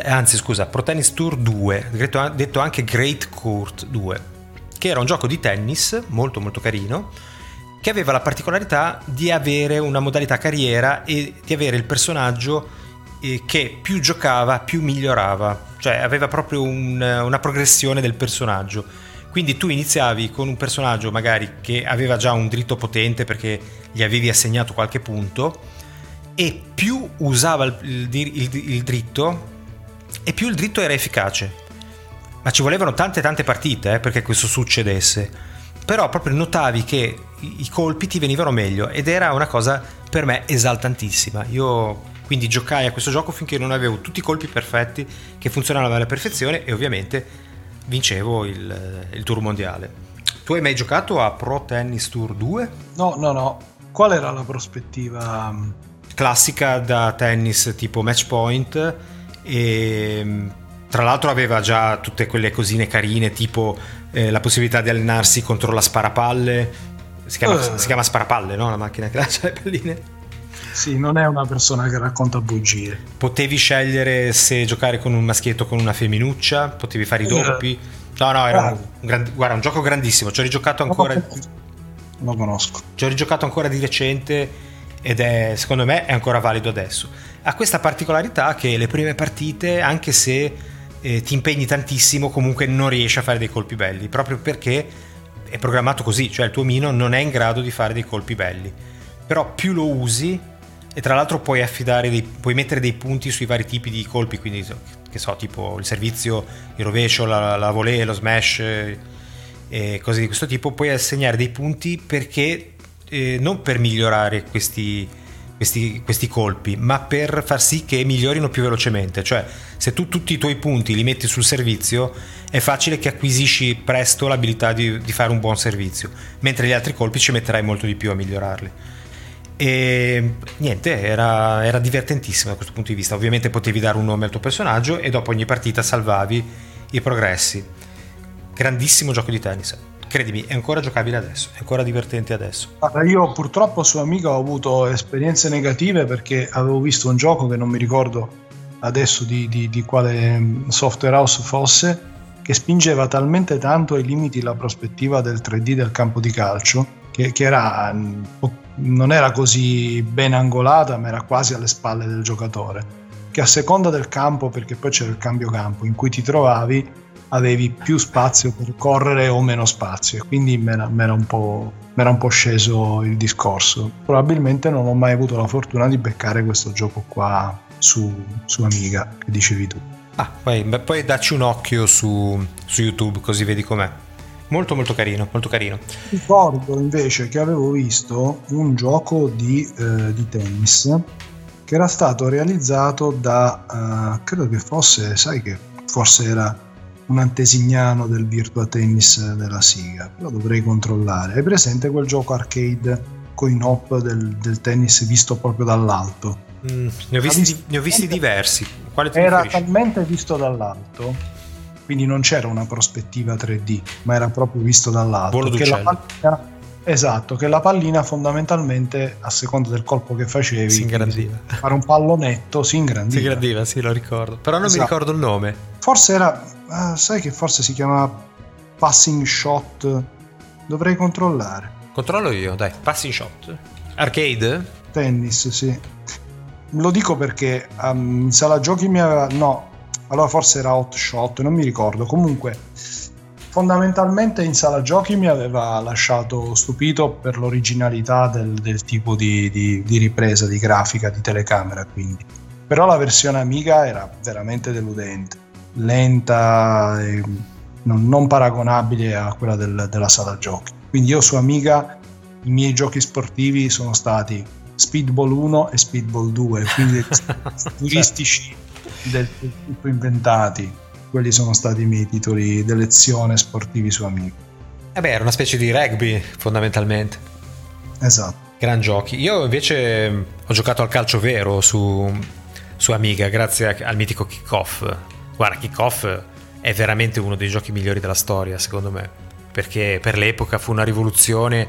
Pro Tennis Tour 2, detto anche Great Court 2, che era un gioco di tennis molto molto carino, che aveva la particolarità di avere una modalità carriera e di avere il personaggio che più giocava più migliorava, cioè aveva proprio una progressione del personaggio. Quindi tu iniziavi con un personaggio magari che aveva già un dritto potente perché gli avevi assegnato qualche punto, e più usava il dritto e più il dritto era efficace. Ma ci volevano tante partite perché questo succedesse. Però proprio notavi che i colpi ti venivano meglio ed era una cosa per me esaltantissima. Io quindi giocai a questo gioco finché non avevo tutti i colpi perfetti che funzionavano alla perfezione e ovviamente vincevo il tour mondiale. Tu hai mai giocato a Pro Tennis Tour 2? No. Qual era la prospettiva? Classica da tennis tipo Match Point, e tra l'altro aveva già tutte quelle cosine carine tipo la possibilità di allenarsi contro la sparapalle. Si chiama sparapalle, no? La macchina che lancia le palline. Sì, non è una persona che racconta bugie. Potevi scegliere se giocare con un maschietto o con una femminuccia, potevi fare i doppi. No, era un gioco grandissimo. Ci ho rigiocato ancora. Lo conosco. Ci ho rigiocato ancora di recente ed secondo me è ancora valido adesso. Ha questa particolarità che le prime partite, anche se ti impegni tantissimo, comunque non riesci a fare dei colpi belli, proprio perché è programmato così, cioè il tuo mino non è in grado di fare dei colpi belli. Però più lo usi, e tra l'altro puoi mettere dei punti sui vari tipi di colpi, quindi che so, tipo il servizio, il rovescio, la volée, lo smash e cose di questo tipo. Puoi assegnare dei punti perché non per migliorare questi colpi, ma per far sì che migliorino più velocemente. Cioè, se tu tutti i tuoi punti li metti sul servizio, è facile che acquisisci presto l'abilità di fare un buon servizio, mentre gli altri colpi ci metterai molto di più a migliorarli. E niente, era divertentissimo da questo punto di vista. Ovviamente potevi dare un nome al tuo personaggio e dopo ogni partita salvavi i progressi. Grandissimo gioco di tennis, credimi, è ancora giocabile adesso, è ancora divertente adesso. Allora, io purtroppo su Amiga ho avuto esperienze negative perché avevo visto un gioco che non mi ricordo adesso di quale software house fosse, che spingeva talmente tanto ai limiti la prospettiva del 3D del campo di calcio che non era così ben angolata, ma era quasi alle spalle del giocatore, che a seconda del campo, perché poi c'era il cambio campo in cui ti trovavi, avevi più spazio per correre o meno spazio, e quindi mi era un po' sceso il discorso. Probabilmente non ho mai avuto la fortuna di beccare questo gioco qua su Amiga che dicevi tu. Poi dacci un occhio su YouTube così vedi com'è. Molto molto carino, molto carino. Ricordo invece che avevo visto un gioco di tennis che era stato realizzato da credo che fosse, sai che forse era un antesignano del Virtua Tennis della Sega, però dovrei controllare. Hai presente quel gioco arcade coin-op del tennis visto proprio dall'alto? Ne ho visti diversi. Quale ti era riferisci? talmente visto dall'alto, quindi non c'era una prospettiva 3D, ma era proprio visto dall'alto, Volo che d'uccello. Esatto, che la pallina fondamentalmente, a seconda del colpo che facevi, si ingrandiva. Fare un pallonetto, si ingrandiva. Si ingrandiva, sì, lo ricordo. Però non mi ricordo il nome. Forse era, sai che forse si chiamava Passing Shot? Dovrei controllare. Controllo io, dai. Passing Shot. Arcade? Tennis, sì. Lo dico perché in sala giochi mi aveva... No, allora forse era Hot Shot, non mi ricordo. Comunque... Fondamentalmente in sala giochi mi aveva lasciato stupito per l'originalità del tipo di ripresa, di grafica, di telecamera, quindi. Però la versione Amiga era veramente deludente, lenta e non paragonabile a quella della sala giochi. Quindi io su Amiga i miei giochi sportivi sono stati Speedball 1 e Speedball 2, quindi turistici del tutto inventati. Quelli sono stati i miei titoli d'elezione sportivi su Amiga. Era una specie di rugby fondamentalmente. Esatto. Gran giochi. Io invece ho giocato al calcio vero su Amiga grazie al mitico Kick-Off. Guarda, Kick-Off è veramente uno dei giochi migliori della storia secondo me, perché per l'epoca fu una rivoluzione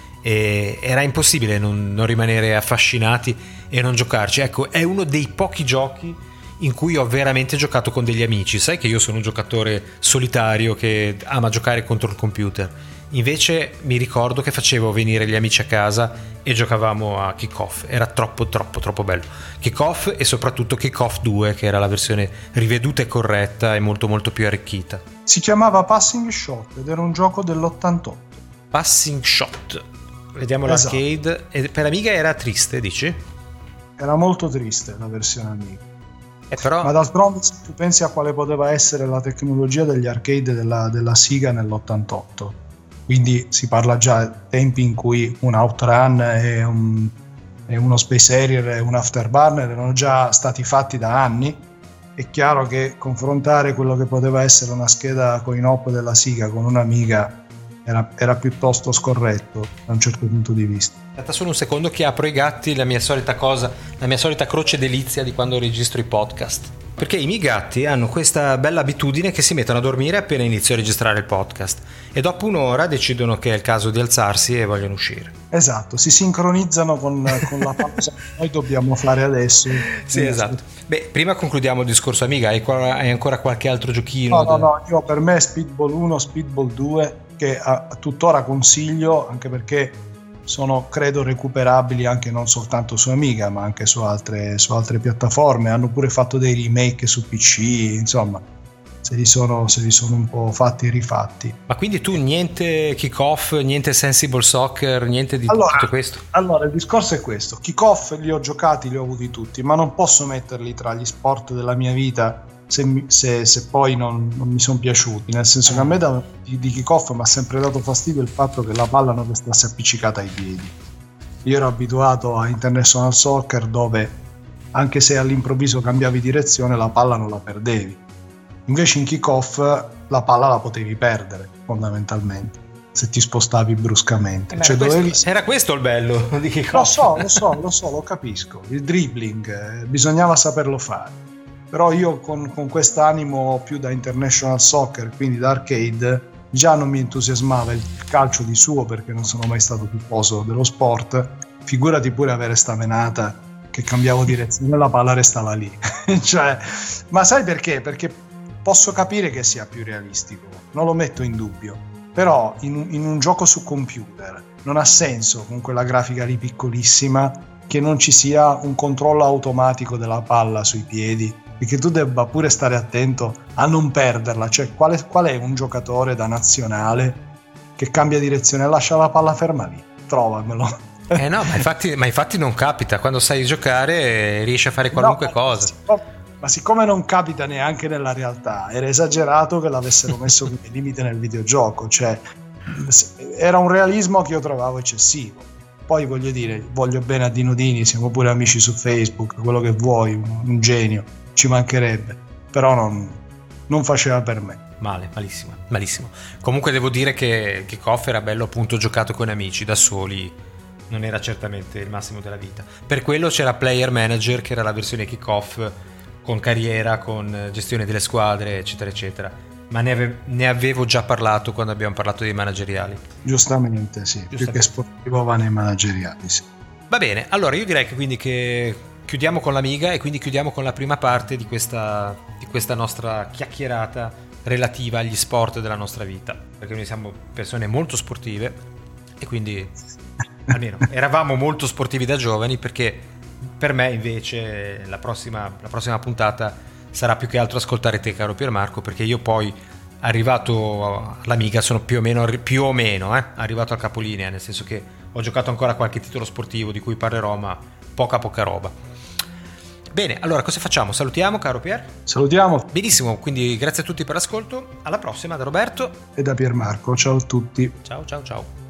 e era impossibile non rimanere affascinati e non giocarci. Ecco, è uno dei pochi giochi in cui ho veramente giocato con degli amici. Sai che io sono un giocatore solitario che ama giocare contro il computer, invece mi ricordo che facevo venire gli amici a casa e giocavamo a Kick-Off. Era troppo bello Kick-Off, e soprattutto Kick-Off 2, che era la versione riveduta e corretta e molto molto più arricchita. Si chiamava Passing Shot ed era un gioco dell'88. Passing Shot, vediamo l'arcade. E per Amiga era triste, dici? Era molto triste la versione Amiga. Però... Ma d'altronde, se tu pensi a quale poteva essere la tecnologia degli arcade della Sega nell'88, quindi si parla già tempi in cui un Outrun e uno Space Harrier e un Afterburner erano già stati fatti da anni. È chiaro che confrontare quello che poteva essere una scheda coin-op della Sega con un'Amiga era piuttosto scorretto da un certo punto di vista. Aspetta solo un secondo che apro i gatti, la mia solita cosa, la mia solita croce delizia di quando registro i podcast. Perché i miei gatti hanno questa bella abitudine che si mettono a dormire appena inizio a registrare il podcast e dopo un'ora decidono che è il caso di alzarsi e vogliono uscire. Esatto, si sincronizzano con la pausa che noi dobbiamo fare adesso. Sì, esatto. Beh, prima concludiamo il discorso Amiga. Hai ancora qualche altro giochino? No, io per me Speedball 1, Speedball 2, che tuttora consiglio, anche perché sono credo recuperabili anche non soltanto su Amiga ma anche su altre piattaforme. Hanno pure fatto dei remake su PC, insomma se li sono un po' fatti e rifatti. Ma quindi tu niente Kick-Off, niente Sensible Soccer, niente di tutto questo? Allora il discorso è questo: Kick-Off li ho giocati, li ho avuti tutti, ma non posso metterli tra gli sport della mia vita se poi non mi sono piaciuti, nel senso che a me di Kick-Off mi ha sempre dato fastidio il fatto che la palla non restasse appiccicata ai piedi. Io ero abituato a International Soccer dove anche se all'improvviso cambiavi direzione la palla non la perdevi, invece in Kick-Off la palla la potevi perdere fondamentalmente se ti spostavi bruscamente. Era questo il bello di Kick-Off. Lo so, lo capisco, il dribbling bisognava saperlo fare. Però io con quest'animo più da International Soccer, quindi da arcade, già non mi entusiasmava il calcio di suo perché non sono mai stato tifoso dello sport, figurati pure avere sta menata che cambiavo direzione e la palla restava lì. Cioè, ma sai perché? Perché posso capire che sia più realistico, non lo metto in dubbio, però in un gioco su computer non ha senso con quella grafica lì piccolissima che non ci sia un controllo automatico della palla sui piedi e che tu debba pure stare attento a non perderla. Cioè qual è un giocatore da nazionale che cambia direzione e lascia la palla ferma lì? Trovamelo. No, ma infatti non capita. Quando sai giocare riesci a fare qualunque cosa. Ma siccome non capita neanche nella realtà, era esagerato che l'avessero messo come limite nel videogioco. Cioè era un realismo che io trovavo eccessivo. Poi voglio dire, voglio bene a Dino Dini, siamo pure amici su Facebook, quello che vuoi, un genio, ci mancherebbe, però non faceva per me. Malissimo. Comunque devo dire che Kick-Off era bello appunto giocato con amici, da soli non era certamente il massimo della vita. Per quello c'era Player Manager, che era la versione Kick-Off con carriera, con gestione delle squadre, eccetera eccetera, Ma ne avevo già parlato quando abbiamo parlato dei manageriali. Giustamente, sì. Più che sportivo va nei manageriali, sì. Va bene, allora io direi che quindi che chiudiamo con l'Amiga e quindi chiudiamo con la prima parte di questa nostra chiacchierata relativa agli sport della nostra vita, perché noi siamo persone molto sportive e quindi almeno eravamo molto sportivi da giovani, perché per me invece la prossima puntata sarà più che altro ascoltare te, caro Piermarco, perché io poi arrivato all'Amiga sono più o meno arrivato al capolinea, nel senso che ho giocato ancora qualche titolo sportivo di cui parlerò, ma poca roba. Bene, allora cosa facciamo? Salutiamo, caro Pier? Salutiamo. Benissimo, quindi grazie a tutti per l'ascolto, alla prossima da Roberto e da Piermarco, ciao a tutti. Ciao.